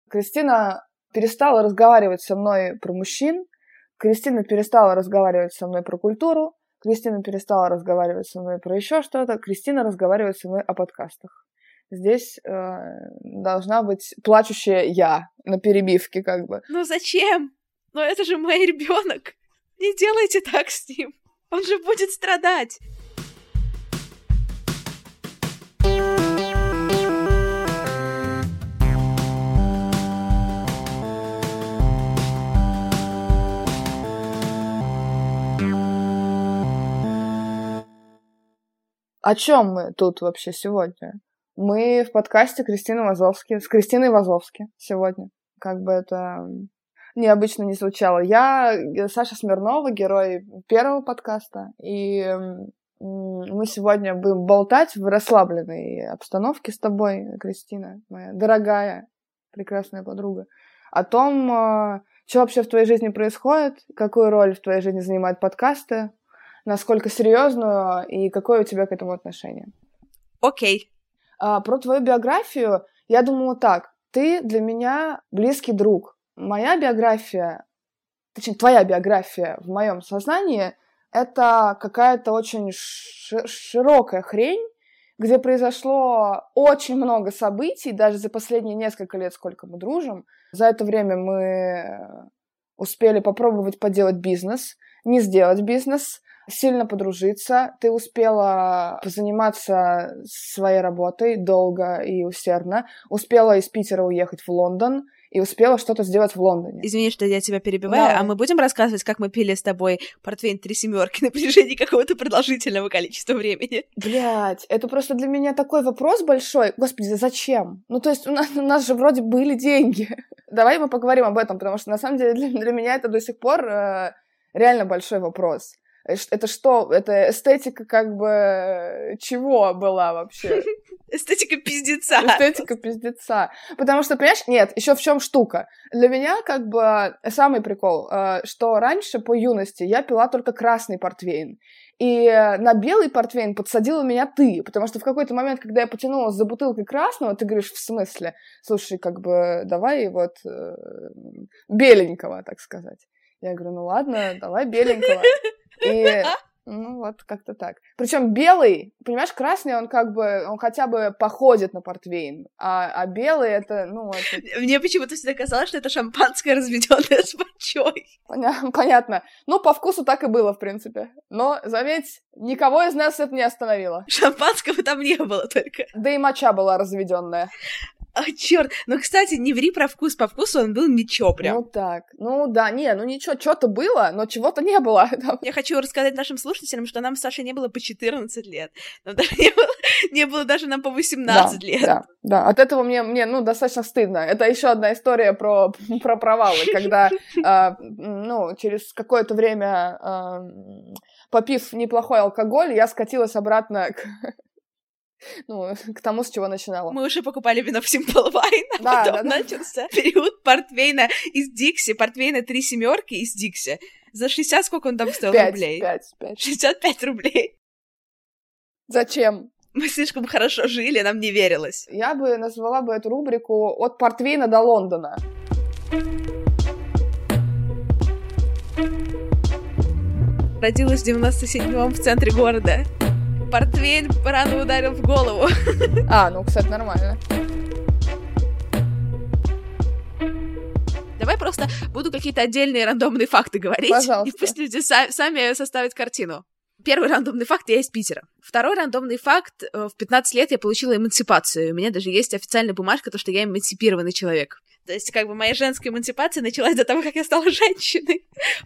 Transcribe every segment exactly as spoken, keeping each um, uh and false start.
Кристина перестала разговаривать со мной про мужчин, Кристина перестала разговаривать со мной про культуру, Кристина перестала разговаривать со мной про еще что-то, Кристина разговаривает со мной о подкастах. Здесь э, должна быть плачущая я на перебивке, как бы. Ну зачем? Но это же мой ребенок. Не делайте так с ним. Он же будет страдать. О чем мы тут вообще сегодня? Мы в подкасте Кристины Вазовски, с Кристиной Вазовски сегодня. Как бы это необычно не звучало. Я Саша Смирнова, герой первого подкаста, и мы сегодня будем болтать в расслабленной обстановке с тобой, Кристина, моя дорогая, прекрасная подруга, о том, что вообще в твоей жизни происходит, какую роль в твоей жизни занимают подкасты, насколько серьезную и какое у тебя к этому отношение. Окей. Okay. А, про твою биографию я думала так. Ты для меня близкий друг. Моя биография, точнее, твоя биография в моем сознании — это какая-то очень ши- широкая хрень, где произошло очень много событий, даже за последние несколько лет, сколько мы дружим. За это время мы успели попробовать поделать бизнес, не сделать бизнес, сильно подружиться, ты успела позаниматься своей работой долго и усердно, успела из Питера уехать в Лондон и успела что-то сделать в Лондоне. Извини, что я тебя перебиваю, да. А мы будем рассказывать, как мы пили с тобой портвейн «Три семерки» на протяжении какого-то продолжительного количества времени? Блядь, это просто для меня такой вопрос большой. Господи, зачем? Ну, то есть у нас, у нас же вроде были деньги. Давай мы поговорим об этом, потому что на самом деле для, для меня это до сих пор э, реально большой вопрос. Это что? Это эстетика как бы чего была вообще? Эстетика пиздеца. Эстетика пиздеца. Потому что, понимаешь, нет, еще в чем штука. Для меня как бы самый прикол, что раньше по юности я пила только красный портвейн. И на белый портвейн подсадила меня ты, потому что в какой-то момент, когда я потянулась за бутылкой красного, ты говоришь, в смысле? Слушай, как бы давай вот э, беленького, так сказать. Я говорю, ну ладно, давай беленького. И, ну, вот как-то так. Причем белый, понимаешь, красный, он как бы, он хотя бы походит на портвейн, а, а белый это, ну... Это... Мне почему-то всегда казалось, что это шампанское, разведённое с мочой. Поня- понятно. Ну, по вкусу так и было, в принципе. Но, заметь, никого из нас это не остановило. Шампанского там не было только. Да и моча была разведённая. А, чёрт. Ну, кстати, не ври про вкус. По вкусу он был ничего прям. Ну, так. Ну, да, не, ну ничего, что-то было, но чего-то не было. Я хочу рассказать нашим слушателям, что нам с Сашей не было по четырнадцать лет. Нам даже не было, не было даже нам по восемнадцать да, лет. Да, да. От этого мне, мне, ну, достаточно стыдно. Это еще одна история про, про провалы, когда, э, ну, через какое-то время, э, попив неплохой алкоголь, я скатилась обратно к... Ну, к тому, с чего начинала. Мы уже покупали вино в Simple Wine, а да, потом да, да. начался период портвейна из Дикси, портвейна «Три семерки» из Дикси. За шестьдесят, сколько он там стоил пять, рублей? пять, пять. шестьдесят пять рублей. Зачем? Мы слишком хорошо жили, нам не верилось. Я бы назвала бы эту рубрику «От портвейна до Лондона». Родилась в девяносто седьмом в центре города. Портвейн рано ударил в голову. А, ну, кстати, нормально. Давай просто буду какие-то отдельные рандомные факты говорить. Пожалуйста. И пусть люди са- сами составят картину. Первый рандомный факт — я из Питера. Второй рандомный факт — в пятнадцать лет я получила эмансипацию. У меня даже есть официальная бумажка, то, что я эмансипированный человек. То есть, как бы, моя женская эмансипация началась до того, как я стала женщиной.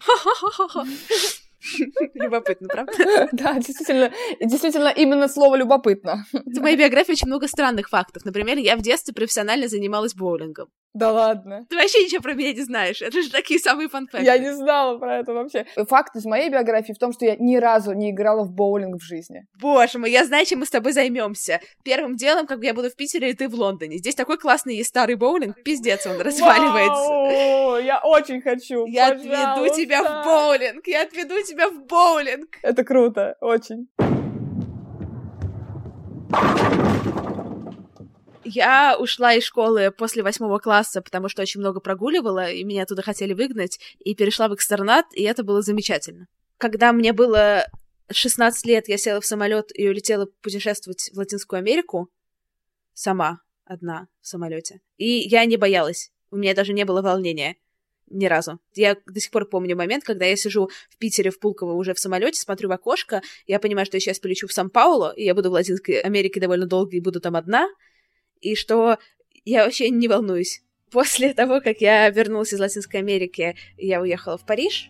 Любопытно, правда? Да, действительно, действительно, именно слово «любопытно». В моей биографии очень много странных фактов. Например, я в детстве профессионально занималась боулингом. Да ладно. Ты вообще ничего про меня не знаешь. Это же такие самые фан-факты. Я не знала про это вообще. Факт из моей биографии в том, что я ни разу не играла в боулинг в жизни. Боже мой, я знаю, чем мы с тобой займемся. Первым делом, как бы я буду в Питере, и ты в Лондоне. Здесь такой классный есть старый боулинг. Пиздец, он разваливается. Вау, я очень хочу. Я Пожалуйста. отведу тебя в боулинг. Я отведу тебя в боулинг. Это круто, очень. Я ушла из школы после восьмого класса, потому что очень много прогуливала, и меня оттуда хотели выгнать, и перешла в экстернат, и это было замечательно. Когда мне было шестнадцать лет, я села в самолет и улетела путешествовать в Латинскую Америку сама, одна в самолете. И я не боялась. У меня даже не было волнения. Ни разу. Я до сих пор помню момент, когда я сижу в Питере, в Пулково, уже в самолете, смотрю в окошко, я понимаю, что я сейчас полечу в Сан-Паулу, и я буду в Латинской Америке довольно долго и буду там одна, и что я вообще не волнуюсь. После того, как я вернулась из Латинской Америки, я уехала в Париж.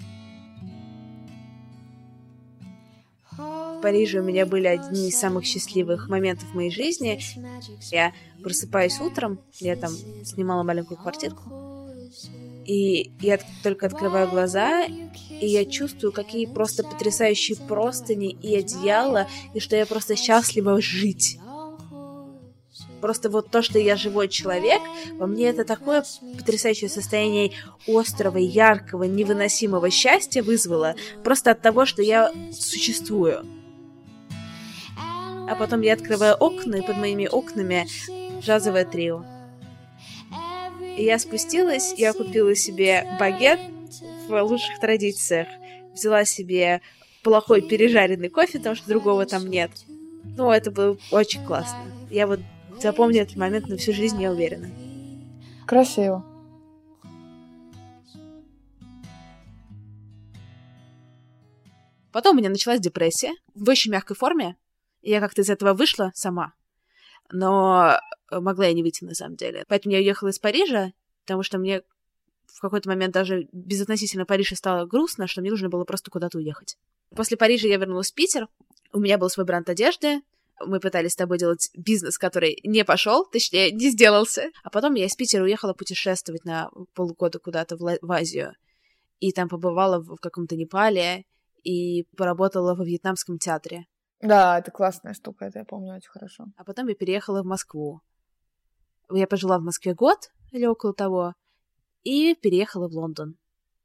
В Париже у меня были одни из самых счастливых моментов в моей жизни. Я просыпаюсь утром, я там снимала маленькую квартирку, и я только открываю глаза, и я чувствую, какие просто потрясающие простыни и одеяла, и что я просто счастлива жить. Просто вот то, что я живой человек, во мне это такое потрясающее состояние острого, яркого, невыносимого счастья вызвало просто от того, что я существую. А потом я открываю окна, и под моими окнами джазовое трио. И я спустилась, я купила себе багет в лучших традициях, взяла себе плохой пережаренный кофе, потому что другого там нет. Ну, это было очень классно. Я вот запомню этот момент на всю жизнь, я уверена. Красиво. Потом у меня началась депрессия в очень мягкой форме, и я как-то из этого вышла сама. Но могла я не выйти, на самом деле. Поэтому я уехала из Парижа, потому что мне в какой-то момент даже безотносительно Парижа стало грустно, что мне нужно было просто куда-то уехать. После Парижа я вернулась в Питер. У меня был свой бренд одежды. Мы пытались с тобой делать бизнес, который не пошел, точнее, не сделался. А потом я из Питера уехала путешествовать на полгода куда-то в, Ла- в Азию. И там побывала в, в каком-то Непале и поработала во вьетнамском театре. Да, это классная штука, это я помню очень хорошо. А потом я переехала в Москву. Я пожила в Москве год или около того, и переехала в Лондон.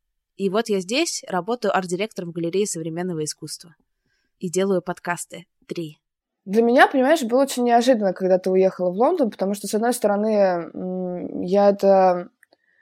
И вот я здесь работаю арт-директором в галерее современного искусства. И делаю подкасты. Три. Для меня, понимаешь, было очень неожиданно, когда ты уехала в Лондон, потому что, с одной стороны, я это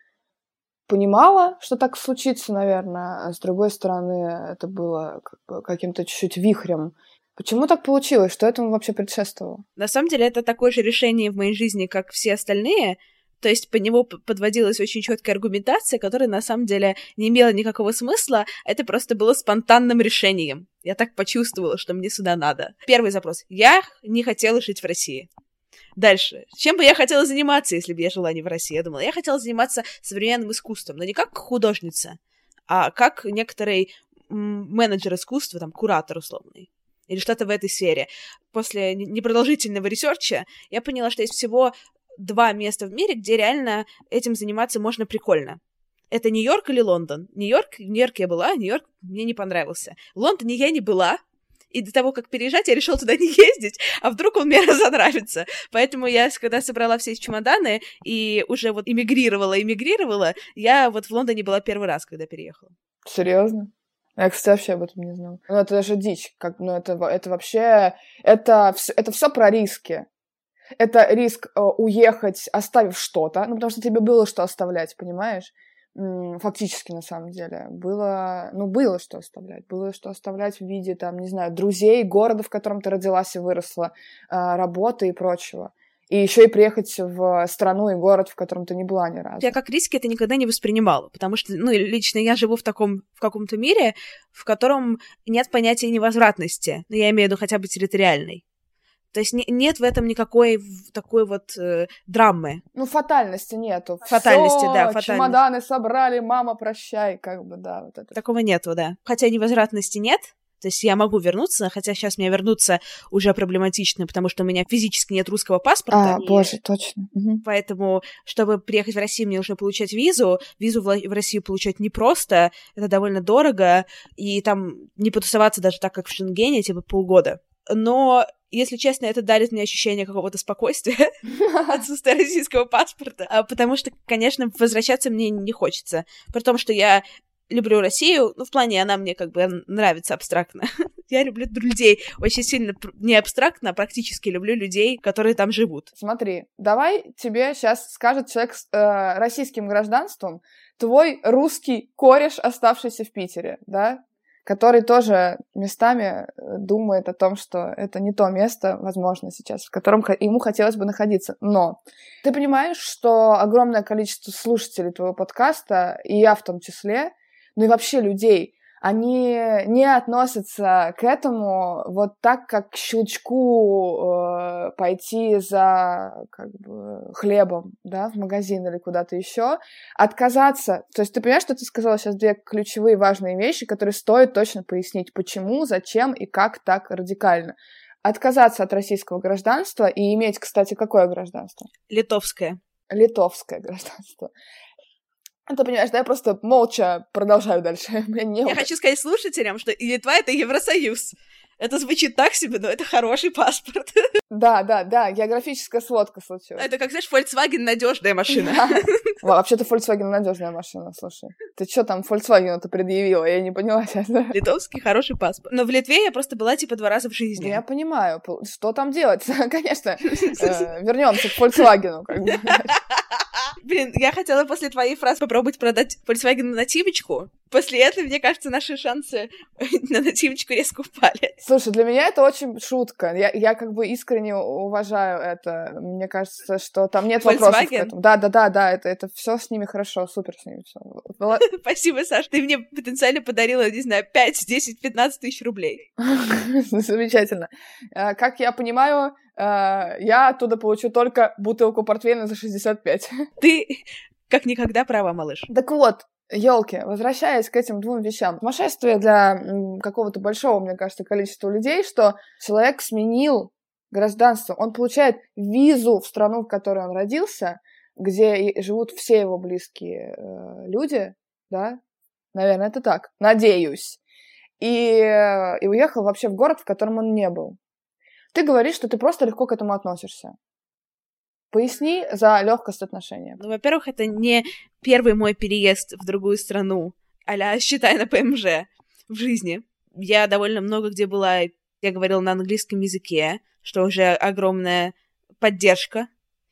понимала, что так случится, наверное, а с другой стороны, это было как бы каким-то чуть-чуть вихрем. Почему так получилось? Что этому вообще предшествовало? На самом деле, это такое же решение в моей жизни, как все остальные. То есть по нему подводилась очень четкая аргументация, которая на самом деле не имела никакого смысла. Это просто было спонтанным решением. Я так почувствовала, что мне сюда надо. Первый запрос. Я не хотела жить в России. Дальше. Чем бы я хотела заниматься, если бы я жила не в России? Я думала, я хотела заниматься современным искусством, но не как художница, а как некоторый менеджер искусства, там, куратор условный. Или что-то в этой сфере. После непродолжительного ресерча я поняла, что есть всего два места в мире, где реально этим заниматься можно прикольно. Это Нью-Йорк или Лондон. Нью-Йорк, в Нью-Йорке я была, Нью-Йорк мне не понравился. В Лондоне я не была, и до того, как переезжать, я решила туда не ездить, а вдруг он мне разонравится. Поэтому я, когда собрала все эти чемоданы и уже вот эмигрировала, эмигрировала, я вот в Лондоне была первый раз, когда переехала. Серьезно? Я, кстати, вообще об этом не знала. Ну, это даже дичь. Как, ну, это, это вообще... Это, это все про риски. Это риск э, уехать, оставив что-то. Ну, потому что тебе было что оставлять, понимаешь? М-м, фактически, на самом деле. Было... Ну, было что оставлять. Было что оставлять в виде, там, не знаю, друзей, города, в котором ты родилась и выросла, э, работы и прочего. И еще и приехать в страну и город, в котором ты не была ни разу. Я как риски это никогда не воспринимала, потому что, ну, лично я живу в таком, в каком-то мире, в котором нет понятия невозвратности, ну, я имею в виду хотя бы территориальной. То есть не, нет в этом никакой такой вот э, драмы. Ну, фатальности нету. Фатальности, Всё, да, фатальности. Чемоданы собрали, мама, прощай, как бы, да. Вот это. Такого нету, да. Хотя невозвратности нет, то есть я могу вернуться, хотя сейчас мне вернуться уже проблематично, потому что у меня физически нет русского паспорта. А, боже, точно. Угу. Поэтому, чтобы приехать в Россию, мне нужно получать визу. Визу в Россию получать непросто, это довольно дорого, и там не потусоваться даже так, как в Шенгене, типа полгода. Но, если честно, это дарит мне ощущение какого-то спокойствия, отсутствия российского паспорта, потому что, конечно, возвращаться мне не хочется. При том, что я люблю Россию, ну, в плане она мне как бы нравится абстрактно. Я люблю людей очень сильно не абстрактно, а практически люблю людей, которые там живут. Смотри, давай тебе сейчас скажет человек с э, российским гражданством, твой русский кореш, оставшийся в Питере, да, который тоже местами думает о том, что это не то место, возможно, сейчас, в котором ему хотелось бы находиться. Но ты понимаешь, что огромное количество слушателей твоего подкаста, и я в том числе, ну и вообще людей, они не относятся к этому вот так, как к щелчку э, пойти за как бы, хлебом, да, в магазин или куда-то еще, отказаться. То есть ты понимаешь, что ты сказала сейчас две ключевые важные вещи, которые стоит точно пояснить, почему, зачем и как так радикально. Отказаться от российского гражданства и иметь, кстати, какое гражданство? Литовское. Литовское гражданство. Ты понимаешь, да, я просто молча продолжаю дальше. Не... Я хочу сказать слушателям, что Литва — это Евросоюз. Это звучит так себе, но это хороший паспорт. Да, да, да, географическая сводка случилась. Это, как, знаешь, Volkswagen — надежная машина. Вообще-то Volkswagen — надежная машина, слушай. Ты что там Volkswagen-то предъявила? Я не поняла сейчас. Литовский хороший паспорт. Но в Литве я просто была, типа, два раза в жизни. Я понимаю. Что там делать? Конечно. Вернемся к Volkswagen, как бы. Блин, я хотела после твоей фразы попробовать продать Volkswagen на нативочку. После этого, мне кажется, наши шансы на нативочку резко упали. Слушай, для меня это очень шутка. Я, я как бы искренне уважаю это. Мне кажется, что там нет Volkswagen? вопросов к этому. Да, да, да, да, это, это все с ними хорошо, супер с ними все. Спасибо, Саш. Ты мне потенциально подарила, не знаю, пять, десять, пятнадцать тысяч рублей. Замечательно. Как я понимаю, я оттуда получу только бутылку портвейна за шестьдесят пять. Ты как никогда права, малыш. Так вот, ёлки, возвращаясь к этим двум вещам. Сумасшествие для какого-то большого, мне кажется, количества людей, что человек сменил гражданство. Он получает визу в страну, в которой он родился, где живут все его близкие э, люди, да? Наверное, это так. Надеюсь. И, и уехал вообще в город, в котором он не был. Ты говоришь, что ты просто легко к этому относишься. Поясни за легкость отношения. Ну, во-первых, это не первый мой переезд в другую страну, а-ля, считай, на ПМЖ в жизни. Я довольно много где была, я говорила на английском языке, что уже огромная поддержка.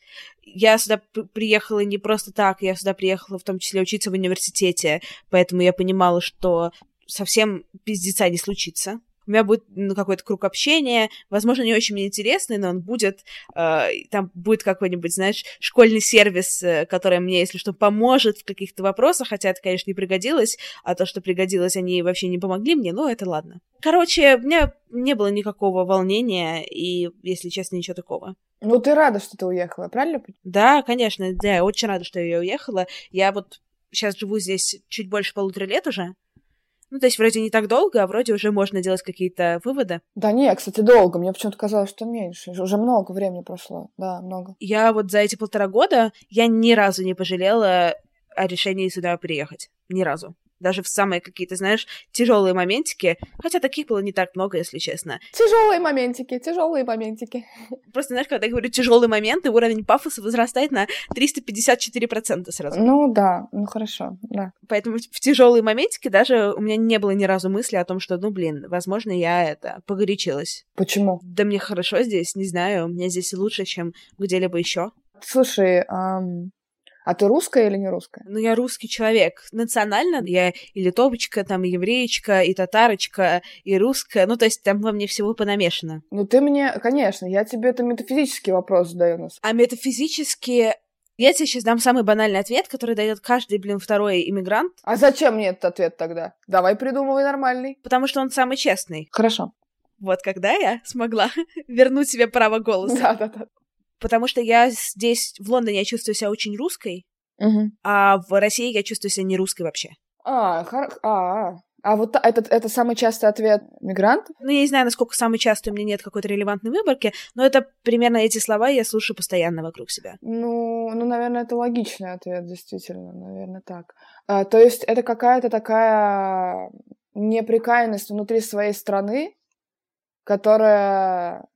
Я сюда приехала не просто так, я сюда приехала в том числе учиться в университете, поэтому я понимала, что совсем пиздеца не случится. У меня будет ну, какой-то круг общения, возможно, не очень мне интересный, но он будет. Э, там будет какой-нибудь, знаешь, школьный сервис, э, который мне, если что, поможет в каких-то вопросах, хотя это, конечно, не пригодилось, а то, что пригодилось, они вообще не помогли мне, ну, это ладно. Короче, у меня не было никакого волнения, и, если честно, ничего такого. Ну, ты рада, что ты уехала, правильно? Да, конечно, да, я очень рада, что я уехала. Я вот сейчас живу здесь чуть больше полутора лет уже. Ну, то есть вроде не так долго, а вроде уже можно делать какие-то выводы. Да не, кстати, долго. Мне почему-то казалось, что меньше. Уже много времени прошло. Да, много. Я вот за эти полтора года, я ни разу не пожалела о решении сюда приехать. Ни разу. Даже в самые какие-то, знаешь, тяжелые моментики. Хотя таких было не так много, если честно. Тяжелые моментики, тяжелые моментики. Просто, знаешь, когда я говорю тяжелые моменты, уровень пафоса возрастает на триста пятьдесят четыре процента сразу. Ну да, ну хорошо, да. Поэтому в тяжелые моментики даже у меня не было ни разу мысли о том, что, ну, блин, возможно, я это погорячилась. Почему? Да мне хорошо здесь, не знаю, мне здесь лучше, чем где-либо еще. Слушай, ам... а ты русская или не русская? Ну, я русский человек. Национально я и литовочка, там, и евреечка, и татарочка, и русская. Ну, то есть там во мне всего понамешано. Ну, ты мне... Конечно, я тебе это метафизический вопрос задаю. Нас. А метафизически... Я тебе сейчас дам самый банальный ответ, который дает каждый, блин, второй иммигрант. А зачем мне этот ответ тогда? Давай придумывай нормальный. Потому что он самый честный. Хорошо. Вот когда я смогла вернуть себе право голоса. Да-да-да. Потому что я здесь, в Лондоне, я чувствую себя очень русской, угу. а в России я чувствую себя не русской вообще. А, хор... а, а вот это, это самый частый ответ мигрантов? Ну, я не знаю, насколько самый частый, у меня нет какой-то релевантной выборки, но это примерно эти слова я слушаю постоянно вокруг себя. Ну, ну, наверное, это логичный ответ, действительно, наверное, так. А, то есть это какая-то такая неприкаянность внутри своей страны, которая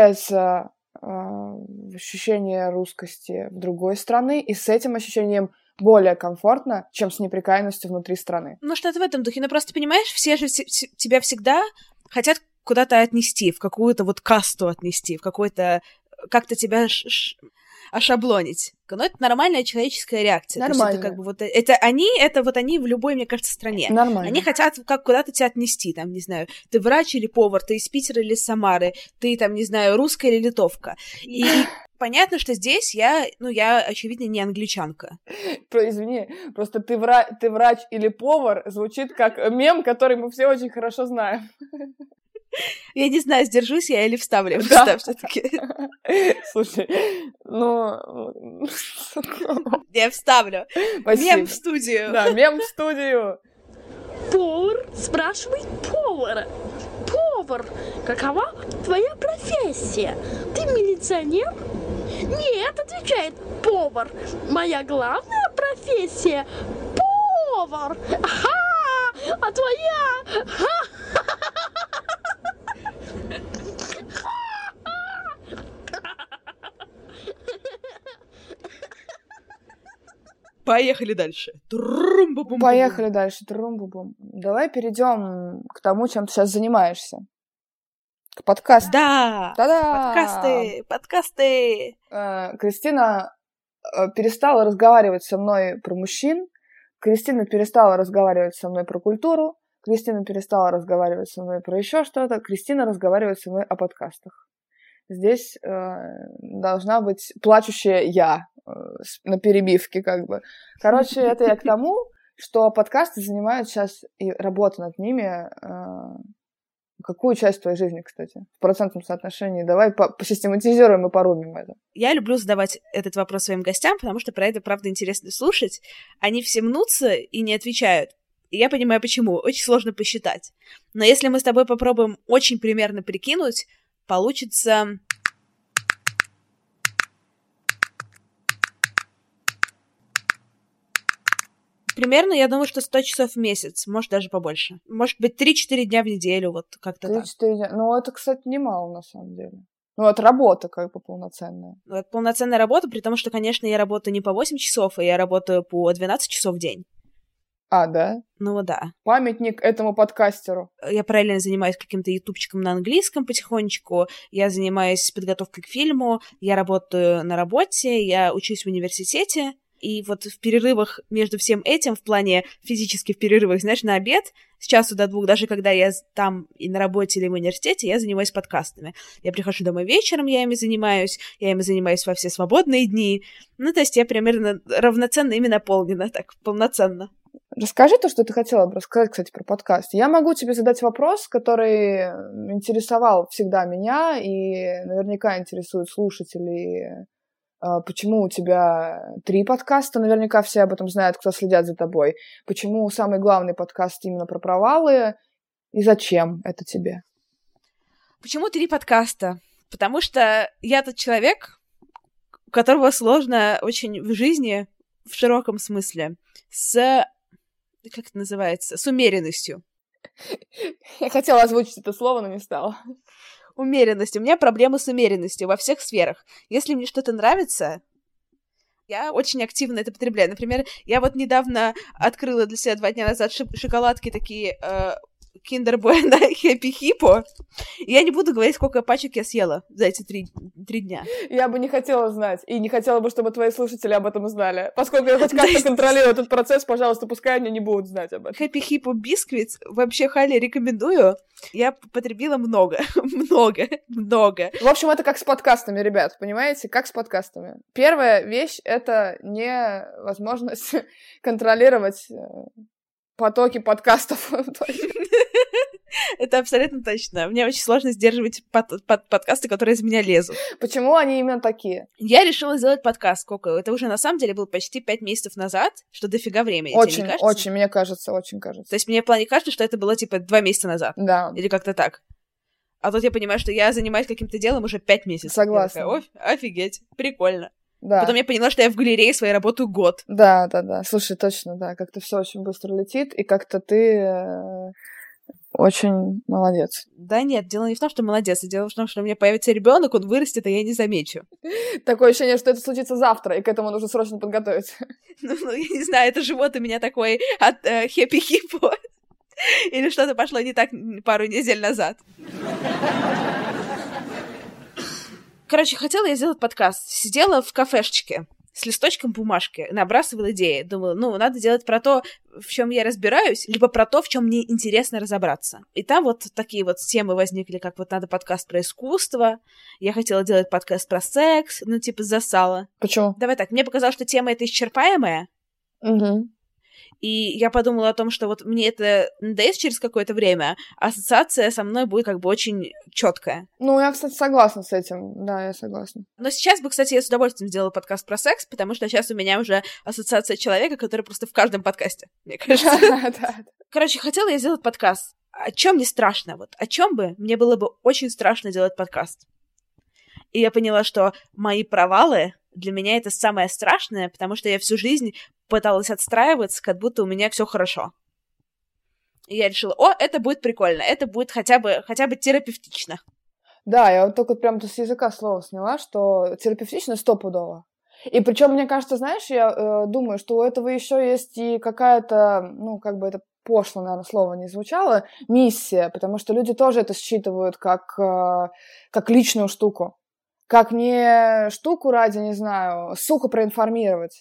превращается в ощущение русскости в другой страны, и с этим ощущением более комфортно, чем с неприкаянностью внутри страны. Ну, что-то в этом духе. Ну, просто, понимаешь, все же вс- вс- тебя всегда хотят куда-то отнести, в какую-то вот касту отнести, в какой-то... как-то тебя ш- ш- ошаблонить. Но это нормальная человеческая реакция. Нормально. То есть это как бы вот... Это они, это вот они в любой, мне кажется, стране. Нормально. Они хотят как куда-то тебя отнести, там, не знаю, ты врач или повар, ты из Питера или из Самары, ты, там, не знаю, русская или литовка. И понятно, что здесь я, ну, я, очевидно, не англичанка. Про, извини, просто ты, вра... ты врач или повар звучит как мем, который мы все очень хорошо знаем. Я не знаю, сдержусь я или вставлю. Да. Все-таки. Слушай, ну... Я вставлю. Спасибо. Мем в студию. Да, мем в студию. Повар спрашивает повара. Повар, какова твоя профессия? Ты милиционер? Нет, отвечает повар. Моя главная профессия — повар. Ага, а твоя? Поехали дальше. Трум-бу-бум-бум. Поехали дальше. Трум-бу-бум. Давай перейдем к тому, чем ты сейчас занимаешься. К подкасту. Да! Та-да! Подкасты! Подкасты! Э, Кристина э, перестала разговаривать со мной про мужчин. Кристина перестала разговаривать со мной про культуру. Кристина перестала разговаривать со мной про еще что-то. Кристина разговаривает со мной о подкастах. Здесь э, должна быть плачущая я э, на перебивке, как бы. Короче, это я к тому, что подкасты занимают сейчас, и работа над ними, э, какую часть твоей жизни, кстати, в процентном соотношении? Давай по- посистематизируем и порубим это. Я люблю задавать этот вопрос своим гостям, потому что про это, правда, интересно слушать. Они все мнутся и не отвечают. И я понимаю, почему. Очень сложно посчитать. Но если мы с тобой попробуем очень примерно прикинуть, получится... Примерно, я думаю, что сто часов в месяц, может, даже побольше. Может быть, три-четыре дня в неделю, вот как-то так. три-четыре дня. Ну, это, кстати, немало, на самом деле. Ну, это работа как бы полноценная. Это полноценная работа, при том, что, конечно, я работаю не по восемь часов, а я работаю по двенадцать часов в день. А, да? Ну, да. Памятник этому подкастеру. Я параллельно занимаюсь каким-то ютубчиком на английском потихонечку, я занимаюсь подготовкой к фильму, я работаю на работе, я учусь в университете, и вот в перерывах между всем этим, в плане физически в перерывах, знаешь, на обед, с часу до двух, даже когда я там и на работе или в университете, я занимаюсь подкастами. Я прихожу домой вечером, я ими занимаюсь, я ими занимаюсь во все свободные дни. Ну, то есть я примерно равноценно ими наполнена, так, полноценно. Расскажи то, что ты хотела бы рассказать, кстати, про подкаст. Я могу тебе задать вопрос, который интересовал всегда меня и наверняка интересует слушателей. Почему у тебя три подкаста? Наверняка все об этом знают, кто следят за тобой. Почему самый главный подкаст именно про провалы? И зачем это тебе? Почему три подкаста? Потому что я тот человек, у которого сложно очень в жизни, в широком смысле, с... как это называется? С умеренностью. Я хотела озвучить это слово, но не стала. Умеренность. У меня проблемы с умеренностью во всех сферах. Если мне что-то нравится, я очень активно это потребляю. Например, я вот недавно открыла для себя два дня назад шоколадки такие э, Kinder Bueno Happy Hippo. И я не буду говорить, сколько пачек я съела за эти три, три дня. Я бы не хотела знать. И не хотела бы, чтобы твои слушатели об этом знали. Поскольку я хоть как-то контролирую этот процесс, пожалуйста, пускай они не будут знать об этом. Happy Hippo бисквит вообще хайли рекомендую. Я потребила много. много. Много. В общем, это как с подкастами, ребят. Понимаете? Как с подкастами. Первая вещь — это невозможность контролировать потоки подкастов. Это абсолютно точно. Мне очень сложно сдерживать под, под, подкасты, которые из меня лезут. Почему они именно такие? Я решила сделать подкаст. Сколько? Это уже на самом деле было почти пять месяцев назад, что дофига времени. Очень, тебе не кажется? очень, мне кажется, очень кажется. То есть мне в плане кажется, что это было типа два месяца назад. Да. Или как-то так. А тут я понимаю, что я занимаюсь каким-то делом уже пять месяцев. Согласна. Я такая, ой, офигеть, прикольно. Да. Потом я поняла, что я в галерее своей работаю год. Да, да, да. Слушай, точно, да. Как-то все очень быстро летит, и как-то ты... Очень молодец. Да нет, дело не в том, что молодец, а дело в том, что у меня появится ребенок, он вырастет, а я не замечу. Такое ощущение, что это случится завтра, и к этому нужно срочно подготовиться. Ну, ну я не знаю, это живот у меня такой от э, хэппи-хиппо. Или что-то пошло не так пару недель назад. Короче, хотела я сделать подкаст. Сидела в кафешечке с листочком бумажки, набрасывала идеи. Думала, ну, надо делать про то, в чем я разбираюсь, либо про то, в чем мне интересно разобраться. И там вот такие вот темы возникли, как вот надо подкаст про искусство. Я хотела делать подкаст про секс, ну, типа засала. Почему? Давай так, мне показалось, что тема эта исчерпаемая. Угу. И я подумала о том, что вот мне это надоест через какое-то время, а ассоциация со мной будет как бы очень четкая. Ну, я, кстати, согласна с этим. Да, я согласна. Но сейчас бы, кстати, я с удовольствием сделала подкаст про секс, потому что сейчас у меня уже ассоциация человека, который просто в каждом подкасте, мне кажется. Короче, хотела я сделать подкаст. О чем мне страшно? Вот о чем бы мне было бы очень страшно делать подкаст? И я поняла, что мои провалы для меня это самое страшное, потому что я всю жизнь пыталась отстраиваться, как будто у меня все хорошо. И я решила, о, это будет прикольно, это будет хотя бы, хотя бы терапевтично. Да, я вот только прям с языка слово сняла, что терапевтично стопудово. И причем, мне кажется, знаешь, я э, думаю, что у этого еще есть и какая-то, ну, как бы это пошло, наверное, слово не звучало, миссия, потому что люди тоже это считывают как, э, как личную штуку. Как не штуку ради, не знаю, сухо проинформировать,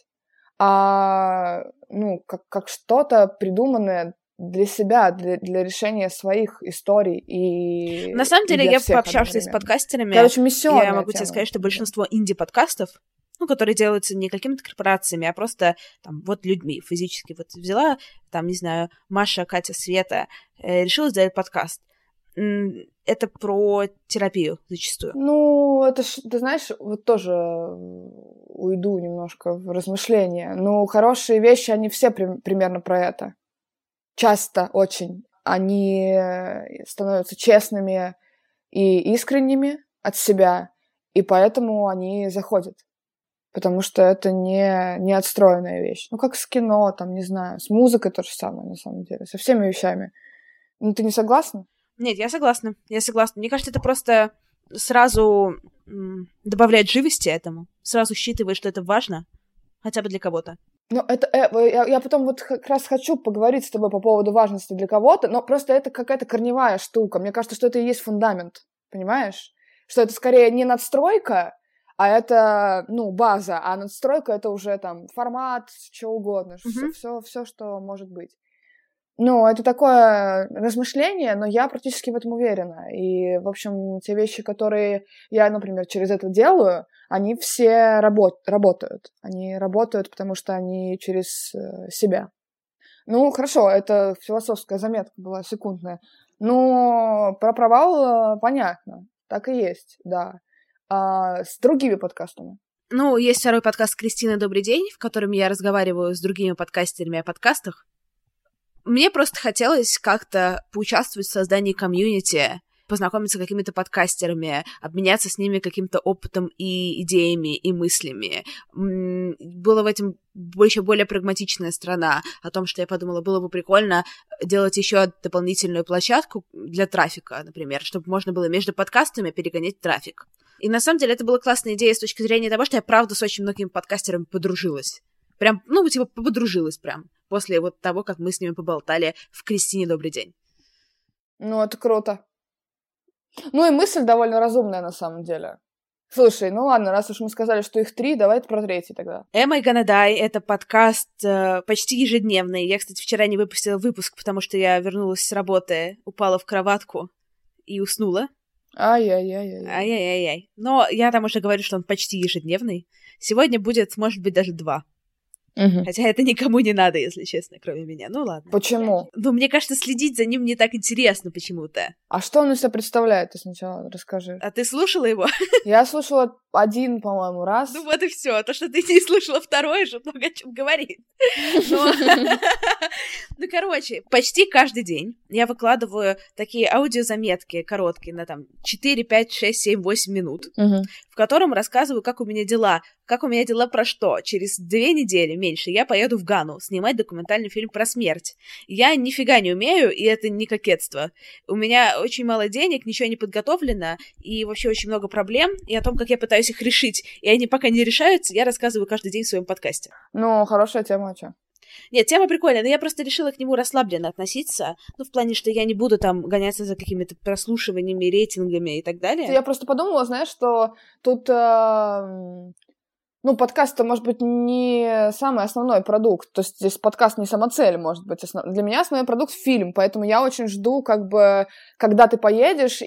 а, ну, как, как что-то придуманное для себя, для, для решения своих историй и на самом деле, я пообщавшись с подкастерами, короче, миссионная я могу тема. тебе сказать, что большинство инди-подкастов, ну, которые делаются не какими-то корпорациями, а просто там вот людьми физически. Вот взяла, там, не знаю, Маша, Катя, Света, э, решила сделать подкаст. Это про терапию зачастую. Ну, это ж, ты знаешь, вот тоже уйду немножко в размышления. Ну, хорошие вещи, они все при- примерно про это. Часто очень. Они становятся честными и искренними от себя, и поэтому они заходят. Потому что это не, не отстроенная вещь. Ну, как с кино, там, не знаю, с музыкой то же самое, на самом деле, со всеми вещами. Ну, ты не согласна? Нет, я согласна, я согласна. Мне кажется, это просто сразу м, добавляет живости этому, сразу считывает, что это важно, хотя бы для кого-то. Ну, это, э, я, я потом вот как раз хочу поговорить с тобой по поводу важности для кого-то, но просто это какая-то корневая штука. Мне кажется, что это и есть фундамент, понимаешь? Что это скорее не надстройка, а это, ну, база, а надстройка — это уже там формат, что угодно, mm-hmm. все, все, что может быть. Ну, это такое размышление, но я практически в этом уверена. И, в общем, те вещи, которые я, например, через это делаю, они все работ- работают. Они работают, потому что они через э, себя. Ну, хорошо, это философская заметка была, секундная. Но про провал э, понятно. Так и есть, да. А с другими подкастами? Ну, есть второй подкаст «Кристина, добрый день», в котором я разговариваю с другими подкастерами о подкастах. Мне просто хотелось как-то поучаствовать в создании комьюнити, познакомиться с какими-то подкастерами, обменяться с ними каким-то опытом и идеями, и мыслями. Была в этом еще более прагматичная сторона о том, что я подумала, было бы прикольно делать еще дополнительную площадку для трафика, например, чтобы можно было между подкастами перегонять трафик. И на самом деле это была классная идея с точки зрения того, что я правда с очень многими подкастерами подружилась. Прям, ну, типа, подружилась прям. После вот того, как мы с ними поболтали в «Кристине, добрый день». Ну, это круто. Ну, и мысль довольно разумная, на самом деле. Слушай, ну ладно, раз уж мы сказали, что их три, давай про третий тогда. Am I Gonna Die — это подкаст э, почти ежедневный. Я, кстати, вчера не выпустила выпуск, потому что я вернулась с работы, упала в кроватку и уснула. Ай-яй-яй-яй. Ай-яй-яй-яй. Но я там уже говорю, что он почти ежедневный. Сегодня будет, может быть, даже два. Угу. Хотя это никому не надо, если честно, кроме меня. Ну ладно. Почему? Ну, мне кажется, следить за ним не так интересно почему-то. А что он из себя представляет, ты сначала расскажи. А ты слушала его? Я слушала один, по-моему, раз. Ну вот и все. То, что ты не слушала второй, же много о чем говорит. Ну, короче, почти каждый день я выкладываю такие аудиозаметки короткие на там четыре, пять, шесть, семь, восемь минут, в котором рассказываю, как у меня дела. Как у меня дела про что? Через две недели, меньше, я поеду в Гану снимать документальный фильм про смерть. Я нифига не умею, и это не кокетство. У меня очень мало денег, ничего не подготовлено, и вообще очень много проблем, и о том, как я пытаюсь их решить, и они пока не решаются, я рассказываю каждый день в своем подкасте. Ну, хорошая тема, а что? Нет, тема прикольная, но я просто решила к нему расслабленно относиться, ну, в плане, что я не буду там гоняться за какими-то прослушиваниями, рейтингами и так далее. Я просто подумала, знаешь, что тут, э, ну, подкаст-то, может быть, не самый основной продукт, то есть здесь подкаст не самоцель, может быть, основ... для меня основной продукт — фильм, поэтому я очень жду, как бы, когда ты поедешь,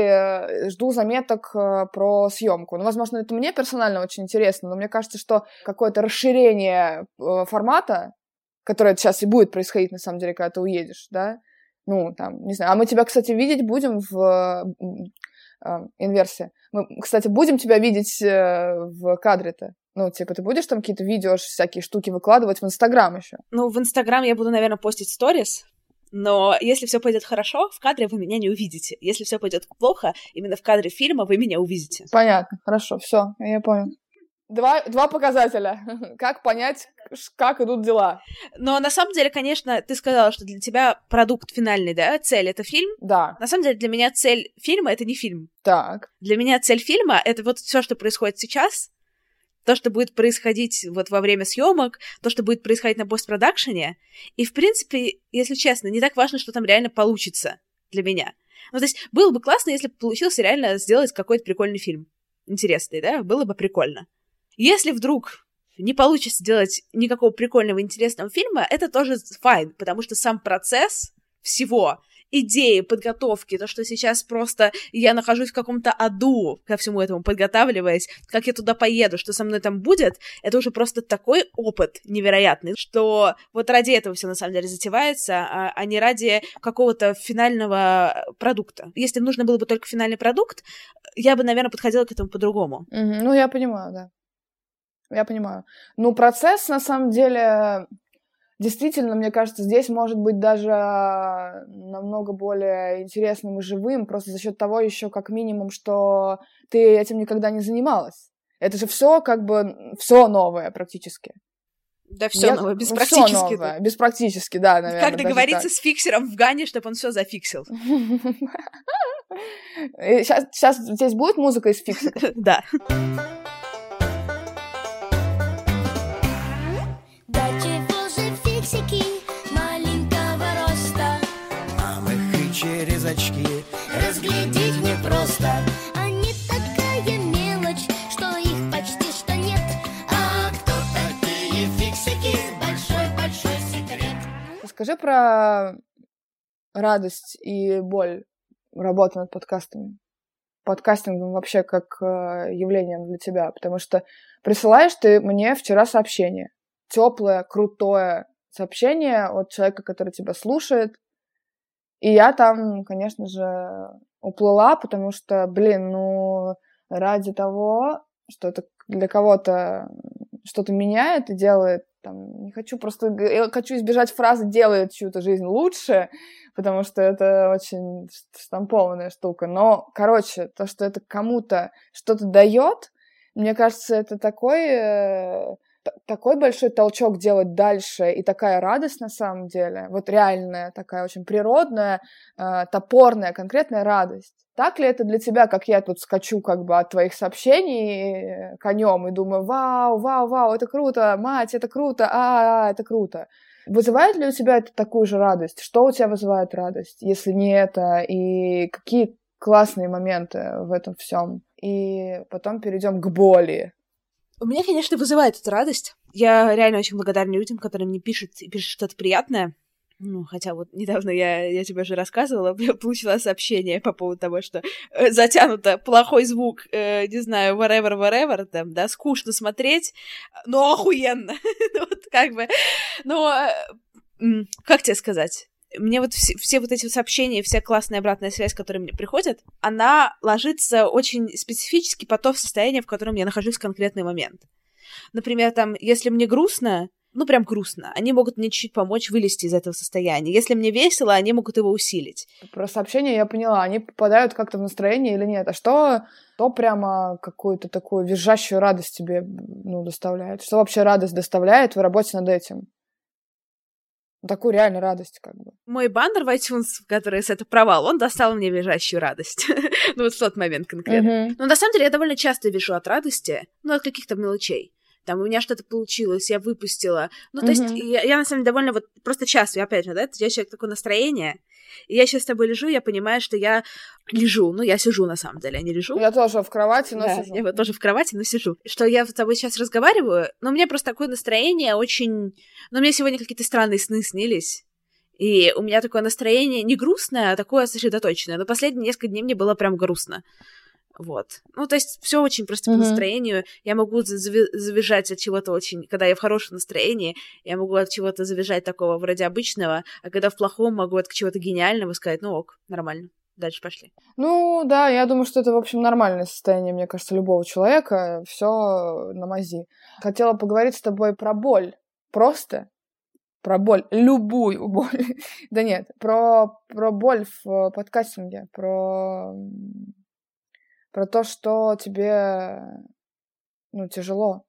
и жду заметок про съемку. Ну, возможно, это мне персонально очень интересно, но мне кажется, что какое-то расширение формата, которое сейчас и будет происходить, на самом деле, когда ты уедешь, да, ну, там, не знаю. А мы тебя, кстати, видеть будем в э, инверсе. Мы, кстати, будем тебя видеть э, в кадре-то. Ну, типа, ты будешь там какие-то видео, всякие штуки выкладывать в Инстаграм еще? Ну, в Инстаграм я буду, наверное, постить сторис, но если все пойдет хорошо, в кадре вы меня не увидите. Если все пойдет плохо, именно в кадре фильма вы меня увидите. Понятно, хорошо, все, я понял. Два, два показателя. Как понять, как идут дела. Но на самом деле, конечно, ты сказала, что для тебя продукт финальный, да? Цель — это фильм? Да. На самом деле, для меня цель фильма — это не фильм. Так. Для меня цель фильма — это вот все, что происходит сейчас, то, что будет происходить вот во время съемок, то, что будет происходить на постпродакшене. И, в принципе, если честно, не так важно, что там реально получится для меня. Ну, то есть было бы классно, если бы получилось реально сделать какой-то прикольный фильм. Интересный, да? Было бы прикольно. Если вдруг не получится сделать никакого прикольного, интересного фильма, это тоже файн, потому что сам процесс всего, идеи, подготовки, то, что сейчас просто я нахожусь в каком-то аду ко всему этому, подготавливаясь, как я туда поеду, что со мной там будет, это уже просто такой опыт невероятный, что вот ради этого все на самом деле затевается, а, а не ради какого-то финального продукта. Если нужно было бы только финальный продукт, я бы, наверное, подходила к этому по-другому. Mm-hmm. Ну, я понимаю, да. Я понимаю. Ну, процесс, на самом деле, действительно, мне кажется, здесь может быть даже намного более интересным и живым, просто за счет того еще, как минимум, что ты этим никогда не занималась. Это же все как бы все новое практически. Да, все новое, без практически. Все новое, без практически, да, наверное. Как договориться с фиксером в Гане, чтобы он все зафиксил? Сейчас здесь будет музыка из фиксеров? Да. Через очки разглядеть непросто. Они такая мелочь, что их почти что нет. А кто такие фиксики? Большой-большой секрет. Расскажи про радость и боль работы над подкастами. Подкастингом вообще как явлением для тебя. Потому что присылаешь ты мне вчера сообщение. Теплое, крутое сообщение от человека, который тебя слушает. И я там, конечно же, уплыла, потому что, блин, ну, ради того, что это для кого-то что-то меняет и делает, там, не хочу просто, я хочу избежать фразы «делает чью-то жизнь лучше», потому что это очень штампованная штука. Но, короче, то, что это кому-то что-то дает, мне кажется, это такой... такой большой толчок делать дальше, и такая радость на самом деле, вот реальная, такая очень природная, э, топорная, конкретная радость. Так ли это для тебя, как я тут скачу как бы от твоих сообщений конем и думаю, вау, вау, вау, это круто, мать, это круто, а, -а это круто. Вызывает ли у тебя это такую же радость? Что у тебя вызывает радость, если не это, и какие классные моменты в этом всем? И потом перейдем к боли. У меня, конечно, вызывает эта радость. Я реально очень благодарна людям, которые мне пишут и пишут что-то приятное. Ну, хотя вот недавно я, я тебе уже рассказывала, я получила сообщение по поводу того, что э, затянуто плохой звук, э, не знаю, whatever, whatever, там, да, скучно смотреть, но охуенно. Вот как бы, но, э, как тебе сказать? Мне вот все, все вот эти сообщения, вся классная обратная связь, которая мне приходит, она ложится очень специфически по то состояние, в котором я нахожусь в конкретный момент. Например, там, если мне грустно, ну, прям грустно. Они могут мне чуть-чуть помочь вылезти из этого состояния. Если мне весело, они могут его усилить. Про сообщения я поняла. Они попадают как-то в настроение или нет? А что, то прямо какую-то такую визжащую радость тебе, ну, доставляет? Что вообще радость доставляет в работе над этим? Такую реальную радость, как бы. Мой баннер в iTunes, который с это провал, он достал мне визжащую радость. Ну, вот в тот момент конкретно. Но на самом деле я довольно часто вижу от радости, ну, от каких-то мелочей. Там у меня что-то получилось, я выпустила. Ну, то есть я, я на самом деле довольно вот просто часто, опять же, да, я человек такое настроение, и я сейчас с тобой лежу, я понимаю, что я лежу, ну, я сижу на самом деле, а не лежу. Я тоже в кровати, но да, сижу. Я вот тоже в кровати, но сижу. Что я с тобой сейчас разговариваю, но у меня просто такое настроение очень... Ну, мне сегодня какие-то странные сны снились, и у меня такое настроение не грустное, а такое сосредоточенное. Но последние несколько дней мне было прям грустно. Вот. Ну, то есть все очень просто mm-hmm. по настроению. Я могу зави- завизжать от чего-то очень... Когда я в хорошем настроении, я могу от чего-то завизжать такого вроде обычного, а когда в плохом, могу от чего-то гениального сказать, ну ок, нормально, дальше пошли. Ну, да, я думаю, что это, в общем, нормальное состояние, мне кажется, любого человека. Все на мази. Хотела поговорить с тобой про боль. Просто про боль. Любую боль. Да нет, про, про боль в подкастинге, про... Про то, что тебе, ну, тяжело,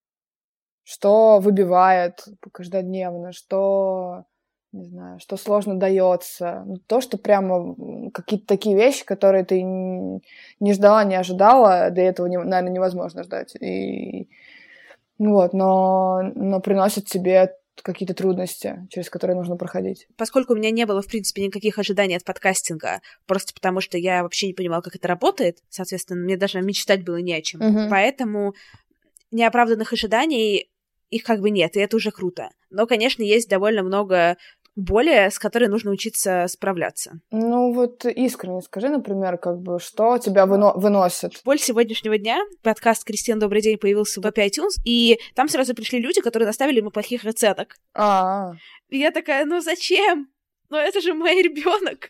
что выбивает каждодневно, что, не знаю, что сложно дается. То, что прямо какие-то такие вещи, которые ты не ждала, не ожидала, до этого, наверное, невозможно ждать. И, вот, но, но приносят тебе какие-то трудности, через которые нужно проходить. Поскольку у меня не было, в принципе, никаких ожиданий от подкастинга, просто потому что я вообще не понимала, как это работает, соответственно, мне даже мечтать было не о чем. Uh-huh. Поэтому неоправданных ожиданий их как бы нет, и это уже круто. Но, конечно, есть довольно много боли, с которой нужно учиться справляться. Ну вот искренне скажи, например, как бы, что тебя выно- выносит? Боль сегодняшнего дня. Подкаст «Кристина, добрый день» появился в iTunes, и там сразу пришли люди, которые наставили ему плохих оценок. А-а-а. И я такая, ну зачем? Ну это же мой ребенок.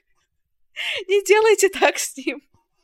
Не делайте так с ним.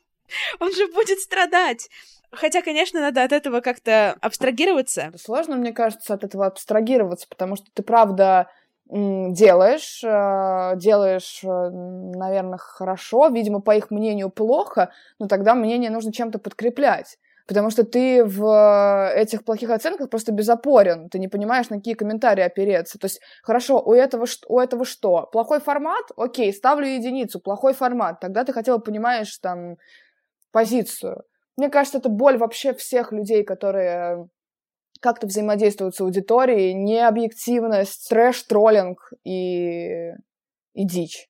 Он же будет страдать. Хотя, конечно, надо от этого как-то абстрагироваться. Сложно, мне кажется, от этого абстрагироваться, потому что ты, правда... делаешь, делаешь, наверное, хорошо, видимо, по их мнению, плохо, но тогда мнение нужно чем-то подкреплять, потому что ты в этих плохих оценках просто безопорен, ты не понимаешь, на какие комментарии опереться. То есть, хорошо, у этого, у этого что? Плохой формат? Окей, ставлю единицу, плохой формат. Тогда ты хотя бы понимаешь, там, позицию. Мне кажется, это боль вообще всех людей, которые... как-то взаимодействуют с аудиторией, необъективность, трэш-троллинг и... и дичь.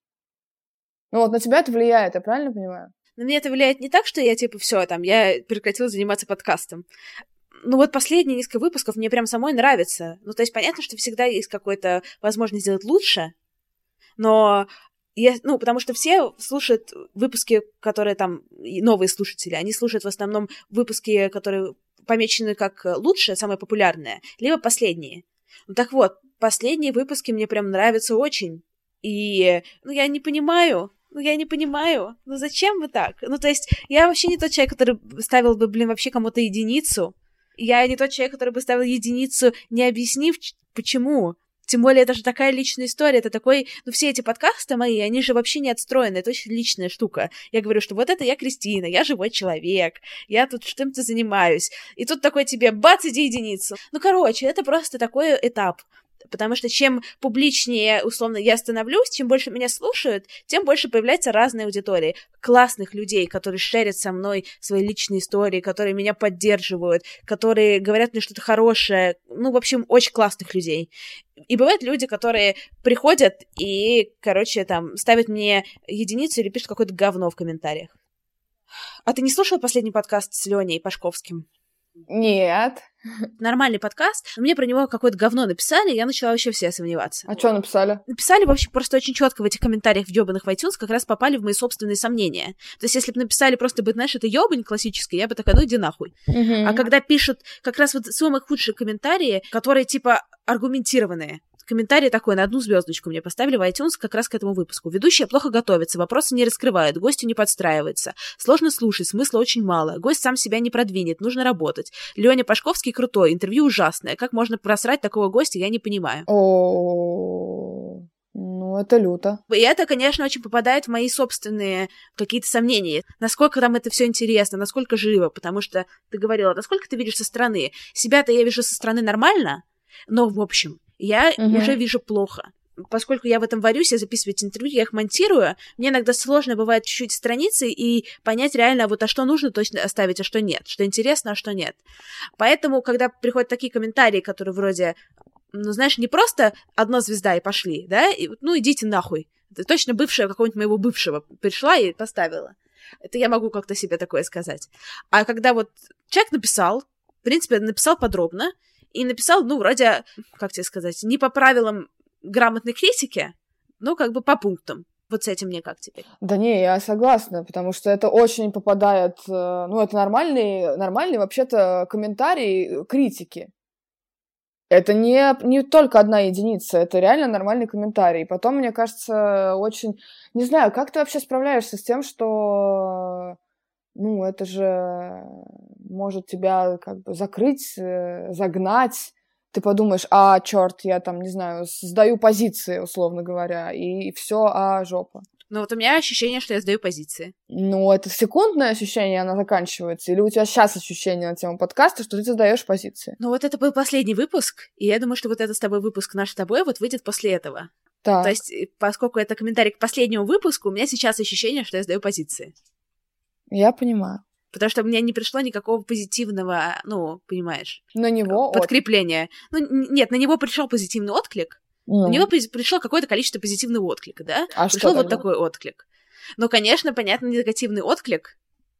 Ну вот на тебя это влияет, я правильно понимаю? На меня это влияет не так, что я, типа, все там, я прекратила заниматься подкастом. Ну вот последние несколько выпусков мне прям самой нравится. Ну то есть понятно, что всегда есть какая-то возможность сделать лучше, но... Я, ну, потому что все слушают выпуски, которые там... Новые слушатели, они слушают в основном выпуски, которые... помечены как лучшие, самые популярные, либо последние. Ну так вот, последние выпуски мне прям нравятся очень. И, ну, я не понимаю, ну, я не понимаю, ну, зачем вы так? Ну, то есть, я вообще не тот человек, который ставил бы, блин, вообще кому-то единицу. Я не тот человек, который бы ставил единицу, не объяснив, почему. Тем более, это же такая личная история, это такой... Ну, все эти подкасты мои, они же вообще не отстроены, это очень личная штука. Я говорю, что вот это я Кристина, я живой человек, я тут чем-то занимаюсь. И тут такой тебе, бац, иди единицу. Ну, короче, это просто такой этап. Потому что чем публичнее, условно, я становлюсь, чем больше меня слушают, тем больше появляется разной аудитории. Классных людей, которые шерят со мной свои личные истории, которые меня поддерживают, которые говорят мне что-то хорошее. Ну, в общем, очень классных людей. И бывают люди, которые приходят и, короче, там, ставят мне единицу или пишут какое-то говно в комментариях. А ты не слушала последний подкаст с Леней Пашковским? Нет. Нормальный подкаст. Мне про него какое-то говно написали, и я начала вообще все сомневаться. А что написали? Написали вообще просто очень четко в этих комментариях въебанных в iTunes как раз попали в мои собственные сомнения. То есть если бы написали просто, бы, знаешь, это ёбань классический, я бы такая, ну иди нахуй. Угу. А когда пишут как раз вот самые худшие комментарии, которые типа аргументированные, комментарий такой, на одну звездочку мне поставили в iTunes как раз к этому выпуску. Ведущая плохо готовится, вопросы не раскрывает, гостю не подстраивается. Сложно слушать, смысла очень мало. Гость сам себя не продвинет, нужно работать. Леня Пашковский крутой, интервью ужасное. Как можно просрать такого гостя, я не понимаю. О, ну это люто. И это, конечно, очень попадает в мои собственные какие-то сомнения. Насколько там это все интересно, насколько живо, потому что ты говорила, насколько ты видишь со стороны. Себя-то я вижу со стороны нормально, но, в общем, я угу. уже вижу плохо. Поскольку я в этом варюсь, я записываю эти интервью, я их монтирую, мне иногда сложно бывает чуть-чуть страницы и понять реально, вот а что нужно точно оставить, а что нет, что интересно, а что нет. Поэтому, когда приходят такие комментарии, которые вроде, ну, знаешь, не просто одна звезда и пошли, да, и, ну, идите нахуй. Это точно бывшая какого-нибудь моего бывшего пришла и поставила. Это я могу как-то себе такое сказать. А когда вот человек написал, в принципе, написал подробно, и написал, ну, вроде, как тебе сказать, не по правилам грамотной критики, но как бы по пунктам. Вот с этим мне как теперь? Да не, я согласна, потому что это очень попадает... Ну, это нормальный, нормальный вообще-то комментарий критики. Это не, не только одна единица, это реально нормальный комментарий. Потом, мне кажется, очень... Не знаю, как ты вообще справляешься с тем, что... Ну, это же может тебя как бы закрыть, загнать. Ты подумаешь, а, черт, я там, не знаю, сдаю позиции, условно говоря, и все, а, жопа. Ну, вот у меня ощущение, что я сдаю позиции. Ну, это секундное ощущение, оно заканчивается. Или у тебя сейчас ощущение на тему подкаста, что ты сдаешь позиции? Ну, вот это был последний выпуск, и я думаю, что вот этот с тобой выпуск наш с тобой вот выйдет после этого. Да. То есть, поскольку это комментарий к последнему выпуску, у меня сейчас ощущение, что я сдаю позиции. Я понимаю. Потому что у меня не пришло никакого позитивного, ну, понимаешь... На него подкрепления. Отклик. Ну, нет, на него пришел позитивный отклик. Mm. На него пришло какое-то количество позитивного отклика, да? А пришел вот тогда? такой отклик. Но, конечно, понятно, негативный отклик,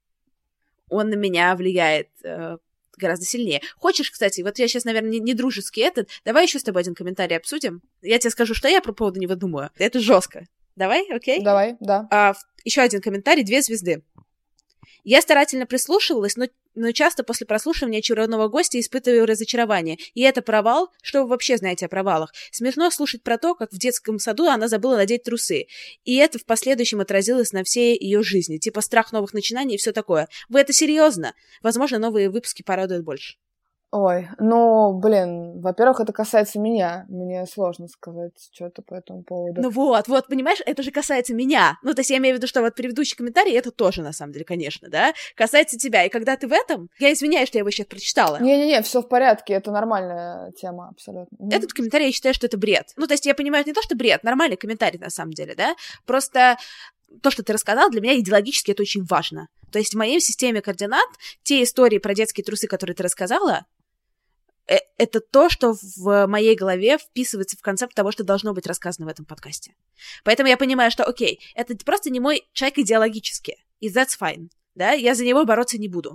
он на меня влияет э, гораздо сильнее. Хочешь, кстати, вот я сейчас, наверное, не, не дружеский этот, давай еще с тобой один комментарий обсудим. Я тебе скажу, что я по поводу него думаю. Это жестко. Давай, окей? Давай, да. А, еще один комментарий, две звезды. Я старательно прислушивалась, но, но часто после прослушивания очередного гостя испытываю разочарование. И это провал? Что вы вообще знаете о провалах? Смешно слушать про то, как в детском саду она забыла надеть трусы. И это в последующем отразилось на всей ее жизни. Типа страх новых начинаний и все такое. Вы это серьезно? Возможно, новые выпуски порадуют больше. Ой, ну, блин, во-первых, это касается меня. Мне сложно сказать что-то по этому поводу. Ну вот, вот, понимаешь, это же касается меня. Ну, то есть я имею в виду, что вот предыдущий комментарий, это тоже, на самом деле, конечно, да, касается тебя. И когда ты в этом, я извиняюсь, что я его сейчас прочитала. Не-не-не, все в порядке, это нормальная тема, абсолютно. Этот комментарий, я считаю, что это бред. Ну, то есть я понимаю, это не то, что бред, нормальный комментарий, на самом деле, да, просто... То, что ты рассказал, для меня идеологически это очень важно. То есть в моей системе координат те истории про детские трусы, которые ты рассказала, это то, что в моей голове вписывается в концепт того, что должно быть рассказано в этом подкасте. Поэтому я понимаю, что, окей, это просто не мой человек идеологически, и that's fine, да, я за него бороться не буду.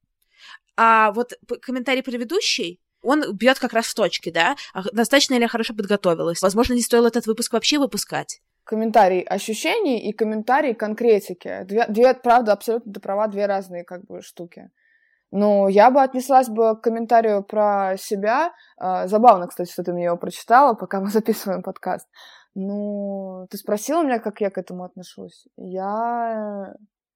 А вот комментарий предыдущий, он бьет как раз в точке, да, достаточно ли я хорошо подготовилась, возможно, не стоило этот выпуск вообще выпускать. Комментарий ощущений и комментарий конкретики. Две, две, правда, абсолютно ты права, две разные как бы штуки. Ну, я бы отнеслась бы к комментарию про себя. Забавно, кстати, что ты мне его прочитала, пока мы записываем подкаст. Ну, ты спросила меня, как я к этому отношусь. Я...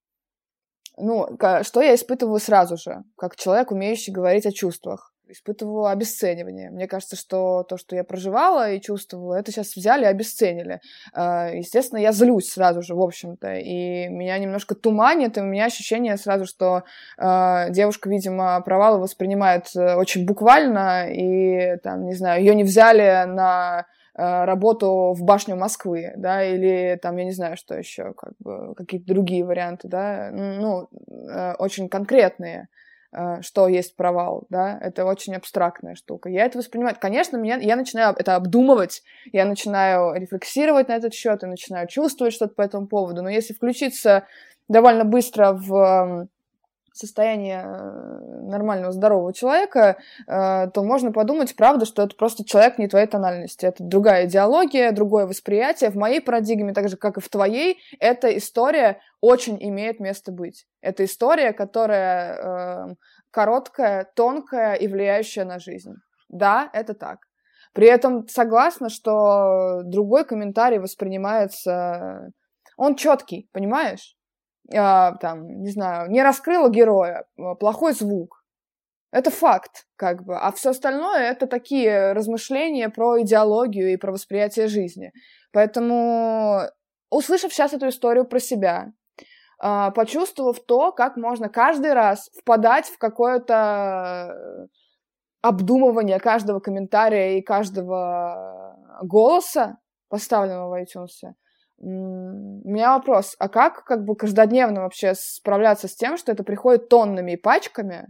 Ну, что я испытываю сразу же, как человек, умеющий говорить о чувствах. Испытываю обесценивание. Мне кажется, что то, что я проживала и чувствовала, это сейчас взяли и обесценили. Естественно, я злюсь сразу же, в общем-то, и меня немножко туманит, и у меня ощущение сразу, что девушка, видимо, провалы воспринимает очень буквально, и, там, не знаю, ее не взяли на работу в башню Москвы, да, или там, я не знаю, что еще, как бы, какие-то другие варианты, да, ну, очень конкретные. Что есть провал, да, это очень абстрактная штука. Я это воспринимаю, конечно, меня, я начинаю это обдумывать, я начинаю рефлексировать на этот счет, и начинаю чувствовать что-то по этому поводу, но если включиться довольно быстро в состояние нормального, здорового человека, то можно подумать, правда, что это просто человек не твоей тональности. Это другая идеология, другое восприятие. В моей парадигме, так же, как и в твоей, эта история очень имеет место быть. Это история, которая короткая, тонкая и влияющая на жизнь. Да, это так. При этом согласна, что другой комментарий воспринимается... Он четкий, понимаешь? А, там, не знаю, не раскрыла героя, плохой звук. Это факт, как бы. А все остальное — это такие размышления про идеологию и про восприятие жизни. Поэтому, услышав сейчас эту историю про себя, почувствовав то, как можно каждый раз впадать в какое-то обдумывание каждого комментария и каждого голоса, поставленного в iTunes, у меня вопрос, а как как бы каждодневно вообще справляться с тем, что это приходит тоннами и пачками,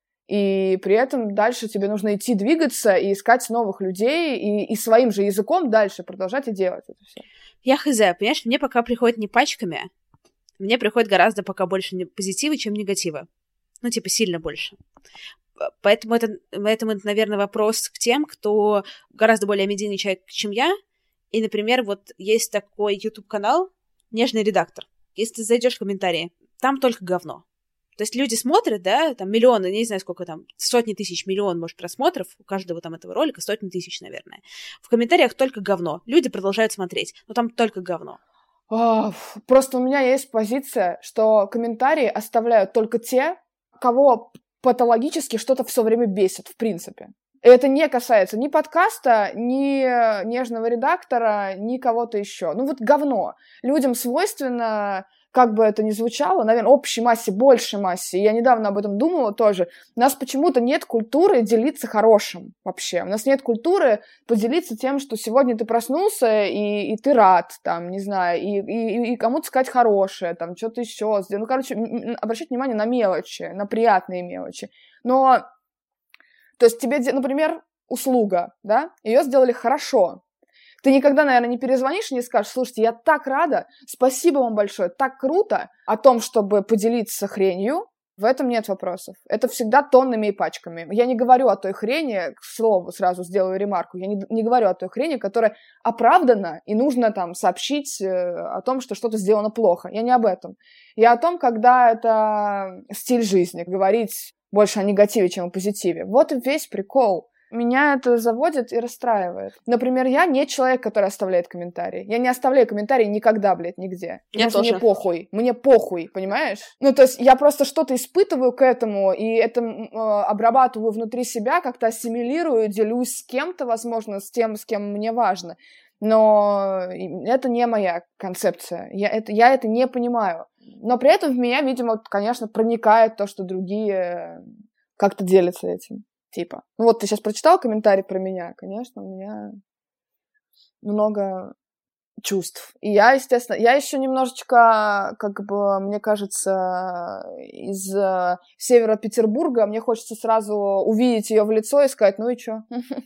и при этом дальше тебе нужно идти двигаться и искать новых людей, и, и своим же языком дальше продолжать и делать это все? Я хз, понимаешь, мне пока приходит не пачками, мне приходит гораздо пока больше позитива, чем негатива. Ну, типа, сильно больше. Поэтому это, поэтому это, наверное, вопрос к тем, кто гораздо более медийный человек, чем я. И, например, вот есть такой YouTube-канал «Нежный редактор». Если ты зайдешь в комментарии, там только говно. То есть люди смотрят, да, там миллионы, не знаю, сколько там, сотни тысяч, миллион, может, просмотров у каждого там этого ролика, сотни тысяч, наверное. В комментариях только говно. Люди продолжают смотреть, но там только говно. Просто у меня есть позиция, что комментарии оставляют только те, кого патологически что-то все время бесит, в принципе. И это не касается ни подкаста, ни нежного редактора, ни кого-то еще. Ну вот говно. Людям свойственно, как бы это ни звучало, наверное, общей массе, большей массе. Я недавно об этом думала тоже. У нас почему-то нет культуры делиться хорошим вообще. У нас нет культуры поделиться тем, что сегодня ты проснулся, и, и ты рад, там, не знаю, и, и, и кому-то сказать хорошее, там, что-то еще. Ну, короче, обращать внимание на мелочи, на приятные мелочи. Но, то есть тебе, например, услуга, да, ее сделали хорошо. Ты никогда, наверное, не перезвонишь и не скажешь: слушайте, я так рада, спасибо вам большое, так круто, о том, чтобы поделиться хренью, в этом нет вопросов. Это всегда тоннами и пачками. Я не говорю о той хрени, к слову, сразу сделаю ремарку, я не, не говорю о той хрени, которая оправдана, и нужно там сообщить о том, что что-то сделано плохо. Я не об этом. Я о том, когда это стиль жизни, говорить больше о негативе, чем о позитиве. Вот и весь прикол. Меня это заводит и расстраивает. Например, я не человек, который оставляет комментарии. Я не оставляю комментарии никогда, блядь, нигде. Я Потому тоже. Мне похуй. Мне похуй, понимаешь? Ну, то есть я просто что-то испытываю к этому, и это э, обрабатываю внутри себя, как-то ассимилирую, делюсь с кем-то, возможно, с тем, с кем мне важно. Но это не моя концепция. Я это, я это не понимаю. Но при этом в меня, видимо, конечно, проникает то, что другие как-то делятся этим. Типа. Ну вот ты сейчас прочитал комментарий про меня, конечно, у меня много чувств. И я, естественно, я еще немножечко, как бы, мне кажется, из э, севера Петербурга, мне хочется сразу увидеть ее в лицо и сказать: ну и чё?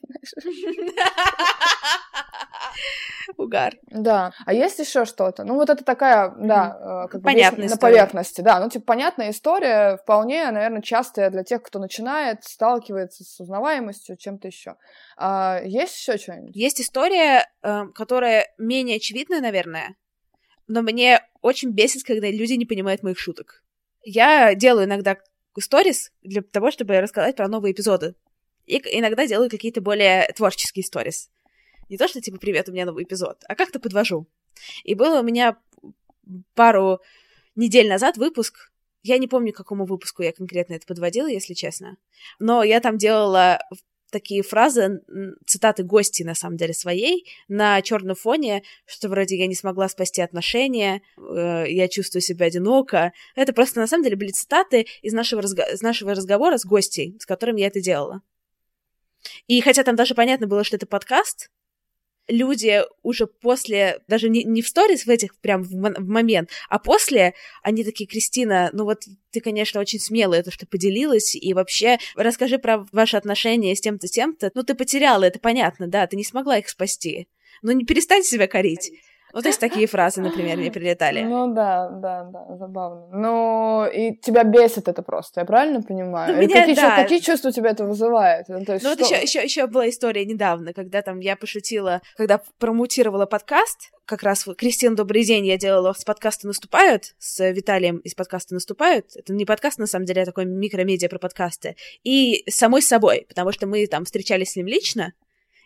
Угар. Да. А есть еще что-то? Ну, вот это такая, да, как бы понятная на поверхности. Да, ну, типа, понятная история, вполне, наверное, частая для тех, кто начинает, сталкивается с узнаваемостью, чем-то еще. А есть еще что-нибудь? Есть история, которая менее очевидная, наверное, но мне очень бесит, когда люди не понимают моих шуток. Я делаю иногда сторис для того, чтобы рассказать про новые эпизоды. И иногда делаю какие-то более творческие сторис. Не то, что типа «Привет, у меня новый эпизод», а как-то подвожу. И было у меня пару недель назад выпуск. Я не помню, к какому выпуску я конкретно это подводила, если честно. Но я там делала такие фразы, цитаты гостей, на самом деле, своей, на черном фоне, что вроде я не смогла спасти отношения, э, я чувствую себя одиноко. Это просто, на самом деле, были цитаты из нашего, разго- из нашего разговора с гостей, с которым я это делала. И хотя там даже понятно было, что это подкаст, люди уже после, даже не, не в сторис в этих прям в, м- в момент, а после, они такие: Кристина, ну вот ты, конечно, очень смелая, то, что поделилась, и вообще расскажи про ваши отношения с тем-то, тем-то. Ну, ты потеряла, это понятно, да, ты не смогла их спасти. Ну, не перестань себя корить. Вот то есть такие фразы, например, мне прилетали. Ну да, да, да, забавно. Ну, и тебя бесит это просто, я правильно понимаю? Ну, Или меня, какие, да. чувства, какие чувства тебя это вызывает? Ну, то есть Ну вот что? еще, еще, еще была история недавно, когда там я пошутила, когда промутировала подкаст, как раз Кристина, добрый день, я делала с подкаста «Наступают», с Виталием из подкаста «Наступают». Это не подкаст, на самом деле, а такой микромедиа про подкасты. И с самой собой, потому что мы там встречались с ним лично,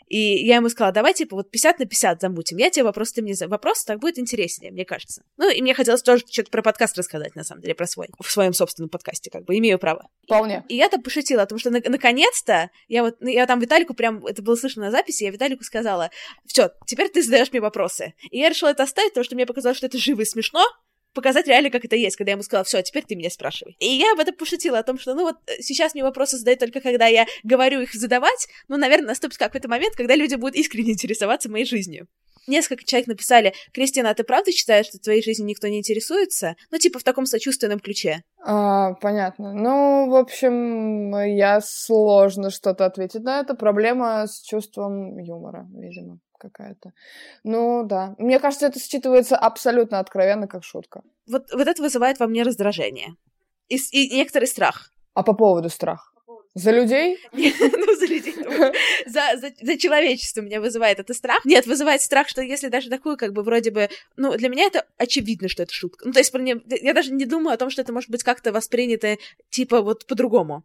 И я ему сказала, давай, типа, вот пятьдесят на пятьдесят замутим. Я тебе вопрос, ты мне вопрос, так будет интереснее, мне кажется. Ну, и мне хотелось тоже что-то про подкаст рассказать, на самом деле, про свой, в своем собственном подкасте, как бы, имею право. Вполне. И я там пошутила, потому что, на- наконец-то, я вот, я там Виталику прям, это было слышно на записи, я Виталику сказала, все, теперь ты задаешь мне вопросы. И я решила это оставить, потому что мне показалось, что это живо и смешно, показать реально, как это есть, когда я ему сказала, все, теперь ты меня спрашивай. И я об этом пошутила, о том, что, ну вот, сейчас мне вопросы задают только когда я говорю их задавать, ну, наверное, наступит какой-то момент, когда люди будут искренне интересоваться моей жизнью. Несколько человек написали, Кристина, а ты правда считаешь, что твоей жизнью никто не интересуется? Ну, типа в таком сочувственном ключе. А, понятно. Ну, в общем, я сложно что-то ответить на это. Проблема с чувством юмора, видимо, какая-то. Ну, да. Мне кажется, это считывается абсолютно откровенно, как шутка. Вот, вот это вызывает во мне раздражение. И, и некоторый страх. А по поводу страха? За людей? Ну, за людей. За, за, за человечество меня вызывает это страх. Нет, вызывает страх, что если даже такую, как бы, вроде бы... Ну, для меня это очевидно, что это шутка. Ну, то есть, я даже не думаю о том, что это может быть как-то воспринято, типа, вот по-другому.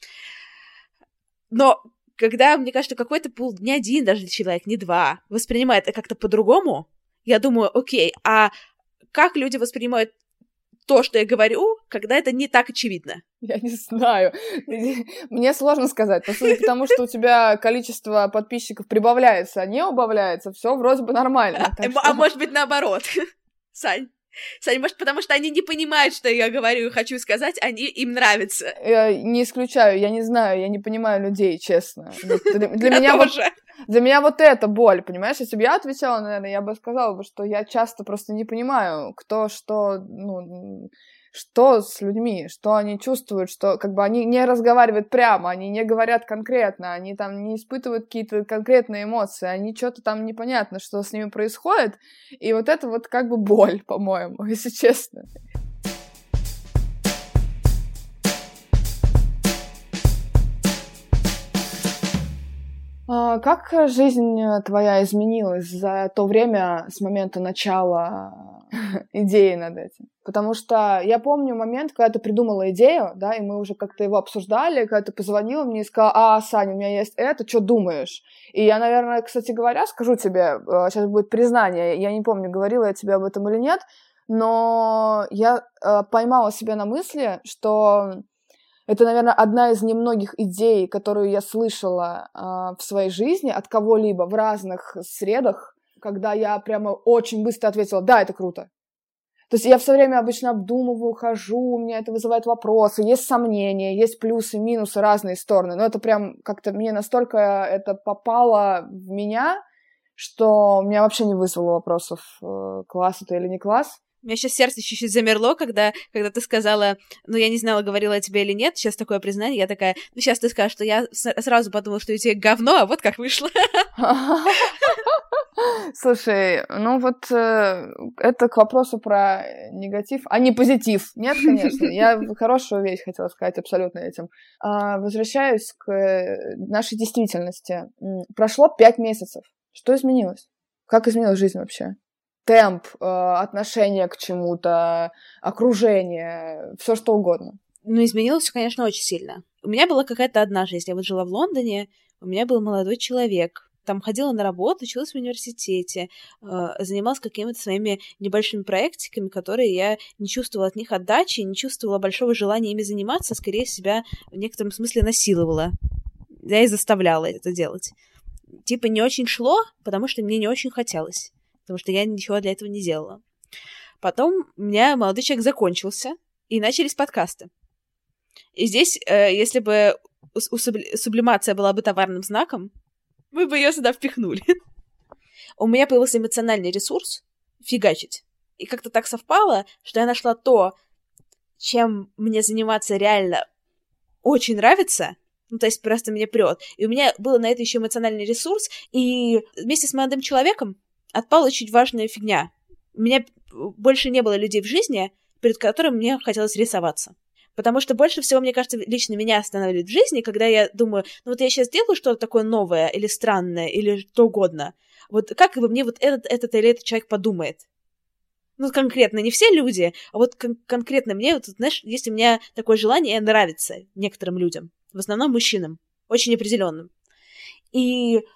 Но когда, мне кажется, какой-то пул, не один даже человек, не два, воспринимает это как-то по-другому, я думаю, окей, а как люди воспринимают то, что я говорю, когда это не так очевидно? Я не знаю. Мне сложно сказать. Потому что у тебя количество подписчиков прибавляется, а не убавляется. Все вроде бы нормально. А, что... а может быть, наоборот. Сань. Сань, может, потому что они не понимают, что я говорю и хочу сказать, они им нравится. Я не исключаю, я не знаю, я не понимаю людей, честно. Для, для меня вот... Для меня вот это боль, понимаешь? Если бы я отвечала, наверное, я бы сказала бы, что я часто просто не понимаю, кто что, ну, что с людьми, что они чувствуют, что как бы они не разговаривают прямо, они не говорят конкретно, они там не испытывают какие-то конкретные эмоции, они что-то там непонятно, что с ними происходит, и вот это вот как бы боль, по-моему, если честно. Как жизнь твоя изменилась за то время с момента начала идеи над этим? Потому что я помню момент, когда ты придумала идею, да, и мы уже как-то его обсуждали, когда ты позвонила мне и сказала, а, Саня, у меня есть это, что думаешь? И я, наверное, кстати говоря, скажу тебе, сейчас будет признание, я не помню, говорила я тебе об этом или нет, но я поймала себя на мысли, что... Это, наверное, одна из немногих идей, которую я слышала э, в своей жизни от кого-либо в разных средах, когда я прямо очень быстро ответила, да, это круто. То есть я все время обычно обдумываю, хожу, у меня это вызывает вопросы, есть сомнения, есть плюсы, минусы, разные стороны. Но это прям как-то мне настолько это попало в меня, что у меня вообще не вызвало вопросов, э, класс это или не класс. У меня сейчас сердце чуть-чуть замерло, когда, когда ты сказала, ну, я не знала, говорила я тебе или нет, сейчас такое признание, я такая, ну, сейчас ты скажешь, что я сразу подумала, что у тебя говно, а вот как вышло. Слушай, ну вот э, это к вопросу про негатив, а не позитив. Нет, конечно, я хорошую вещь хотела сказать абсолютно этим. А, возвращаюсь к нашей действительности. Прошло пять месяцев. Что изменилось? Как изменилась жизнь вообще? Темп, э, отношение к чему-то, окружение, все что угодно. Ну, изменилось все, конечно, очень сильно. У меня была какая-то одна жизнь. Я вот жила в Лондоне, у меня был молодой человек. Там ходила на работу, училась в университете, э, занималась какими-то своими небольшими проектиками, которые я не чувствовала от них отдачи, не чувствовала большого желания ими заниматься, а скорее себя в некотором смысле насиловала. Я и заставляла это делать. Типа не очень шло, потому что мне не очень хотелось. Потому что я ничего для этого не делала. Потом у меня молодой человек закончился, и начались подкасты. И здесь, э, если бы сублимация была бы товарным знаком, мы бы ее сюда впихнули. У меня появился эмоциональный ресурс фигачить. И как-то так совпало, что я нашла то, чем мне заниматься реально очень нравится, ну, то есть просто меня прет. И у меня был на это еще эмоциональный ресурс, и вместе с молодым человеком отпала очень важная фигня. У меня больше не было людей в жизни, перед которыми мне хотелось рисоваться. Потому что больше всего, мне кажется, лично меня останавливает в жизни, когда я думаю, ну вот я сейчас делаю что-то такое новое или странное, или что угодно. Вот как бы мне вот этот, этот или этот человек подумает? Ну, конкретно, не все люди, а вот кон- конкретно мне, вот, знаешь, есть у меня такое желание нравиться некоторым людям, в основном мужчинам, очень определенным. И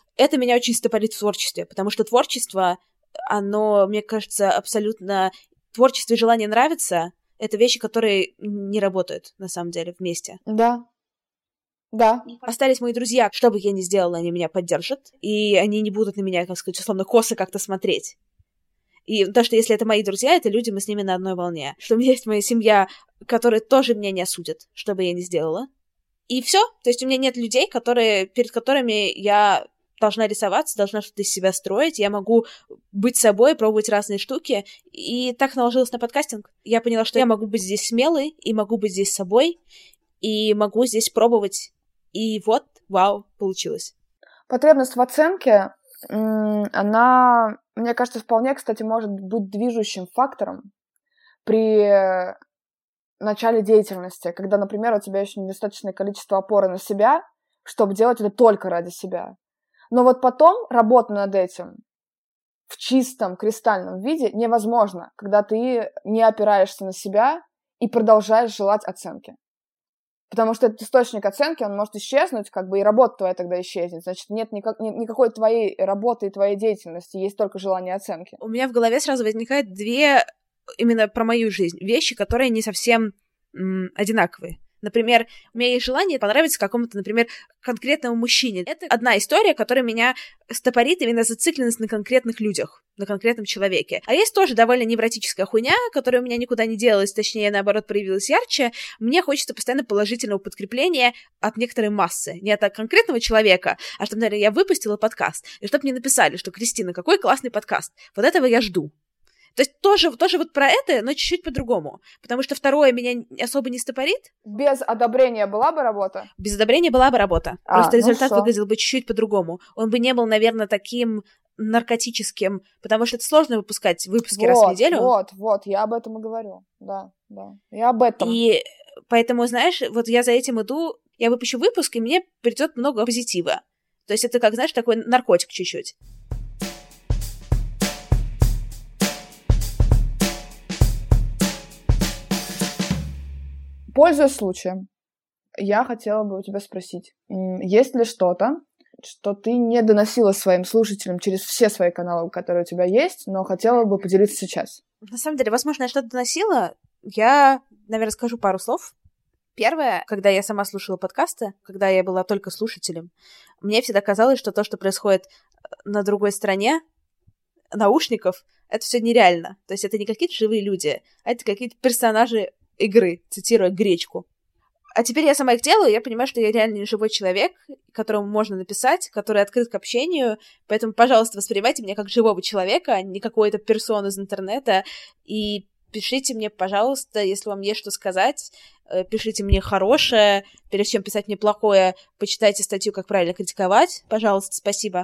это меня очень стопорит в творчестве, потому что творчество, оно, мне кажется, абсолютно... Творчество и желание нравиться — это вещи, которые не работают, на самом деле, вместе. Да. Да. Остались мои друзья. Что бы я ни сделала, они меня поддержат, и они не будут на меня, как сказать, условно, косо как-то смотреть. И то, что если это мои друзья, это люди, мы с ними на одной волне. Что у меня есть моя семья, которая тоже меня не осудит, что бы я ни сделала. И все. То есть у меня нет людей, которые, перед которыми я должна рисоваться, должна что-то из себя строить. Я могу быть собой, пробовать разные штуки. И так наложилось на подкастинг. Я поняла, что я могу быть здесь смелой, и могу быть здесь собой, и могу здесь пробовать. И вот, вау, получилось. Потребность в оценке, она, мне кажется, вполне, кстати, может быть движущим фактором при начале деятельности, когда, например, у тебя еще недостаточное количество опоры на себя, чтобы делать это только ради себя. Но вот потом работа над этим в чистом, кристальном виде невозможно, когда ты не опираешься на себя и продолжаешь желать оценки. Потому что этот источник оценки, он может исчезнуть, как бы и работа твоя тогда исчезнет. Значит, нет никак, ни, никакой твоей работы и твоей деятельности, есть только желание оценки. У меня в голове сразу возникает две, именно про мою жизнь, вещи, которые не совсем м, одинаковые. Например, у меня есть желание понравиться какому-то, например, конкретному мужчине. Это одна история, которая меня стопорит, именно зацикленность на конкретных людях, на конкретном человеке. А есть тоже довольно невротическая хуйня, которая у меня никуда не делалась, точнее, наоборот, проявилась ярче. Мне хочется постоянно положительного подкрепления от некоторой массы. Не от конкретного человека, а чтобы, наверное, я выпустила подкаст, и чтобы мне написали, что «Кристина, какой классный подкаст». Вот этого я жду. То есть тоже, тоже вот про это, но чуть-чуть по-другому. Потому что второе меня особо не стопорит. Без одобрения была бы работа? Без одобрения была бы работа. А, Просто ну результат что? выглядел бы чуть-чуть по-другому. Он бы не был, наверное, таким наркотическим, потому что это сложно выпускать выпуски вот, раз в неделю. Вот, вот, я об этом и говорю. Да, да. Я об этом. И поэтому, знаешь, вот я за этим иду, я выпущу выпуск, и мне придет много позитива. То есть это, как, знаешь, такой наркотик чуть-чуть. Пользуясь случаем, я хотела бы у тебя спросить, есть ли что-то, что ты не доносила своим слушателям через все свои каналы, которые у тебя есть, но хотела бы поделиться сейчас? На самом деле, возможно, я что-то доносила. Я, наверное, скажу пару слов. Первое, когда я сама слушала подкасты, когда я была только слушателем, мне всегда казалось, что то, что происходит на другой стороне наушников, это все нереально. То есть это не какие-то живые люди, а это какие-то персонажи игры, цитируя Гречку. А теперь я сама их делаю, и я понимаю, что я реально не живой человек, которому можно написать, который открыт к общению, поэтому, пожалуйста, воспринимайте меня как живого человека, а не какой-то персон из интернета, и пишите мне, пожалуйста, если вам есть что сказать, пишите мне хорошее, перед чем писать мне плохое, почитайте статью «Как правильно критиковать», пожалуйста, спасибо.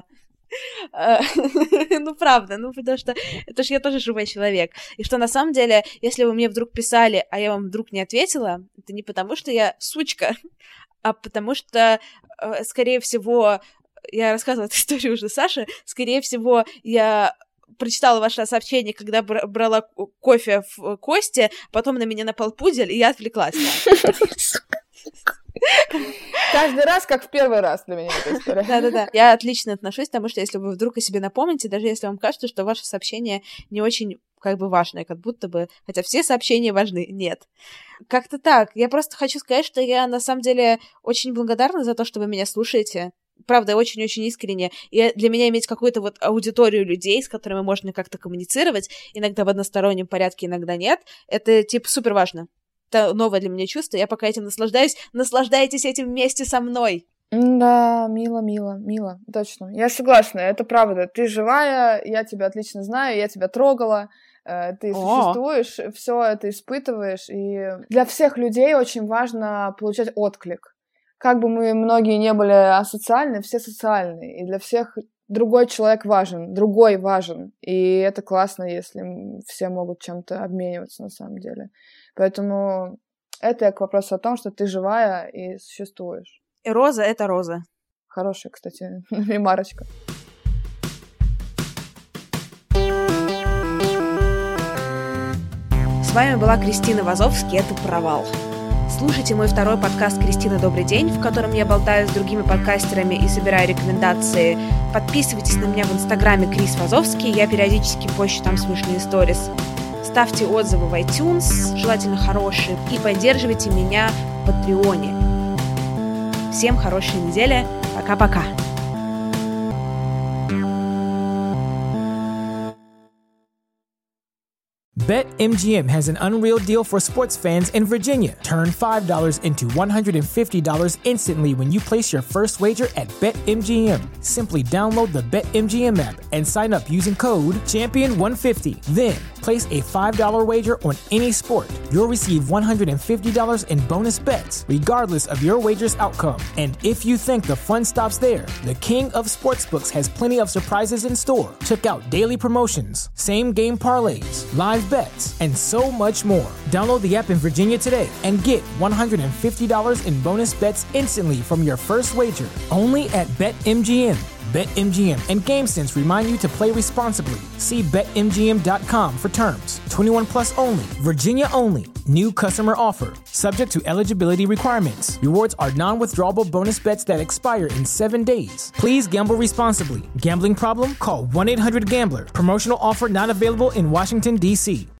Ну, правда, ну, потому что это же я тоже живой человек. И что, на самом деле, если вы мне вдруг писали, а я вам вдруг не ответила, это не потому, что я сучка, а потому что, скорее всего, я рассказывала эту историю уже Саше, скорее всего, я прочитала ваше сообщение, когда брала кофе в Косте, потом на меня напал пудель, и я отвлеклась. Каждый раз, как в первый раз для меня эта история. Да-да-да. Я отлично отношусь к тому, что если вы вдруг о себе напомните, даже если вам кажется, что ваше сообщение не очень как бы важное, как будто бы, хотя все сообщения важны, нет. Как-то так. Я просто хочу сказать, что я на самом деле очень благодарна за то, что вы меня слушаете. Правда, очень-очень искренне. И для меня иметь какую-то вот аудиторию людей, с которыми можно как-то коммуницировать, иногда в одностороннем порядке, иногда нет, это, типа, супер важно. Это новое для меня чувство, я пока этим наслаждаюсь. Наслаждайтесь этим вместе со мной. Да, мило, мило, мило, точно. Я согласна, это правда. Ты живая, я тебя отлично знаю, я тебя трогала, ты существуешь, все это испытываешь. И для всех людей очень важно получать отклик. Как бы мы многие не были асоциальны, все социальны. И для всех другой человек важен, другой важен. И это классно, если все могут чем-то обмениваться на самом деле. Поэтому это к вопросу о том, что ты живая и существуешь. И роза — это роза. Хорошая, кстати, ремарочка. С вами была Кристина Вазовский. Это «Провал». Слушайте мой второй подкаст «Кристина, добрый день», в котором я болтаю с другими подкастерами и собираю рекомендации. Подписывайтесь на меня в инстаграме Крис Вазовский, я периодически пощу там смешные сторис. Ставьте отзывы в iTunes, желательно хорошие, и поддерживайте меня в Патреоне. Всем хорошей недели, пока-пока! BetMGM has an unreal deal for sports fans in Virginia. Turn five dollars into one hundred fifty dollars instantly when you place your first wager at BetMGM. Simply download the BetMGM app and sign up using code champion one fifty. Then, place a five dollars wager on any sport. You'll receive one hundred fifty dollars in bonus bets, regardless of your wager's outcome. And if you think the fun stops there, the king of sportsbooks has plenty of surprises in store. Check out daily promotions, same-game parlays, live bets, and so much more. Download the app in Virginia today and get one hundred fifty dollars in bonus bets instantly from your first wager. Only at BetMGM. BetMGM and GameSense remind you to play responsibly. See Bet M G M dot com for terms. twenty-one plus only. Virginia only. New customer offer. Subject to eligibility requirements. Rewards are non-withdrawable bonus bets that expire in seven days. Please gamble responsibly. Gambling problem? Call one eight hundred gambler. Promotional offer not available in Washington, D C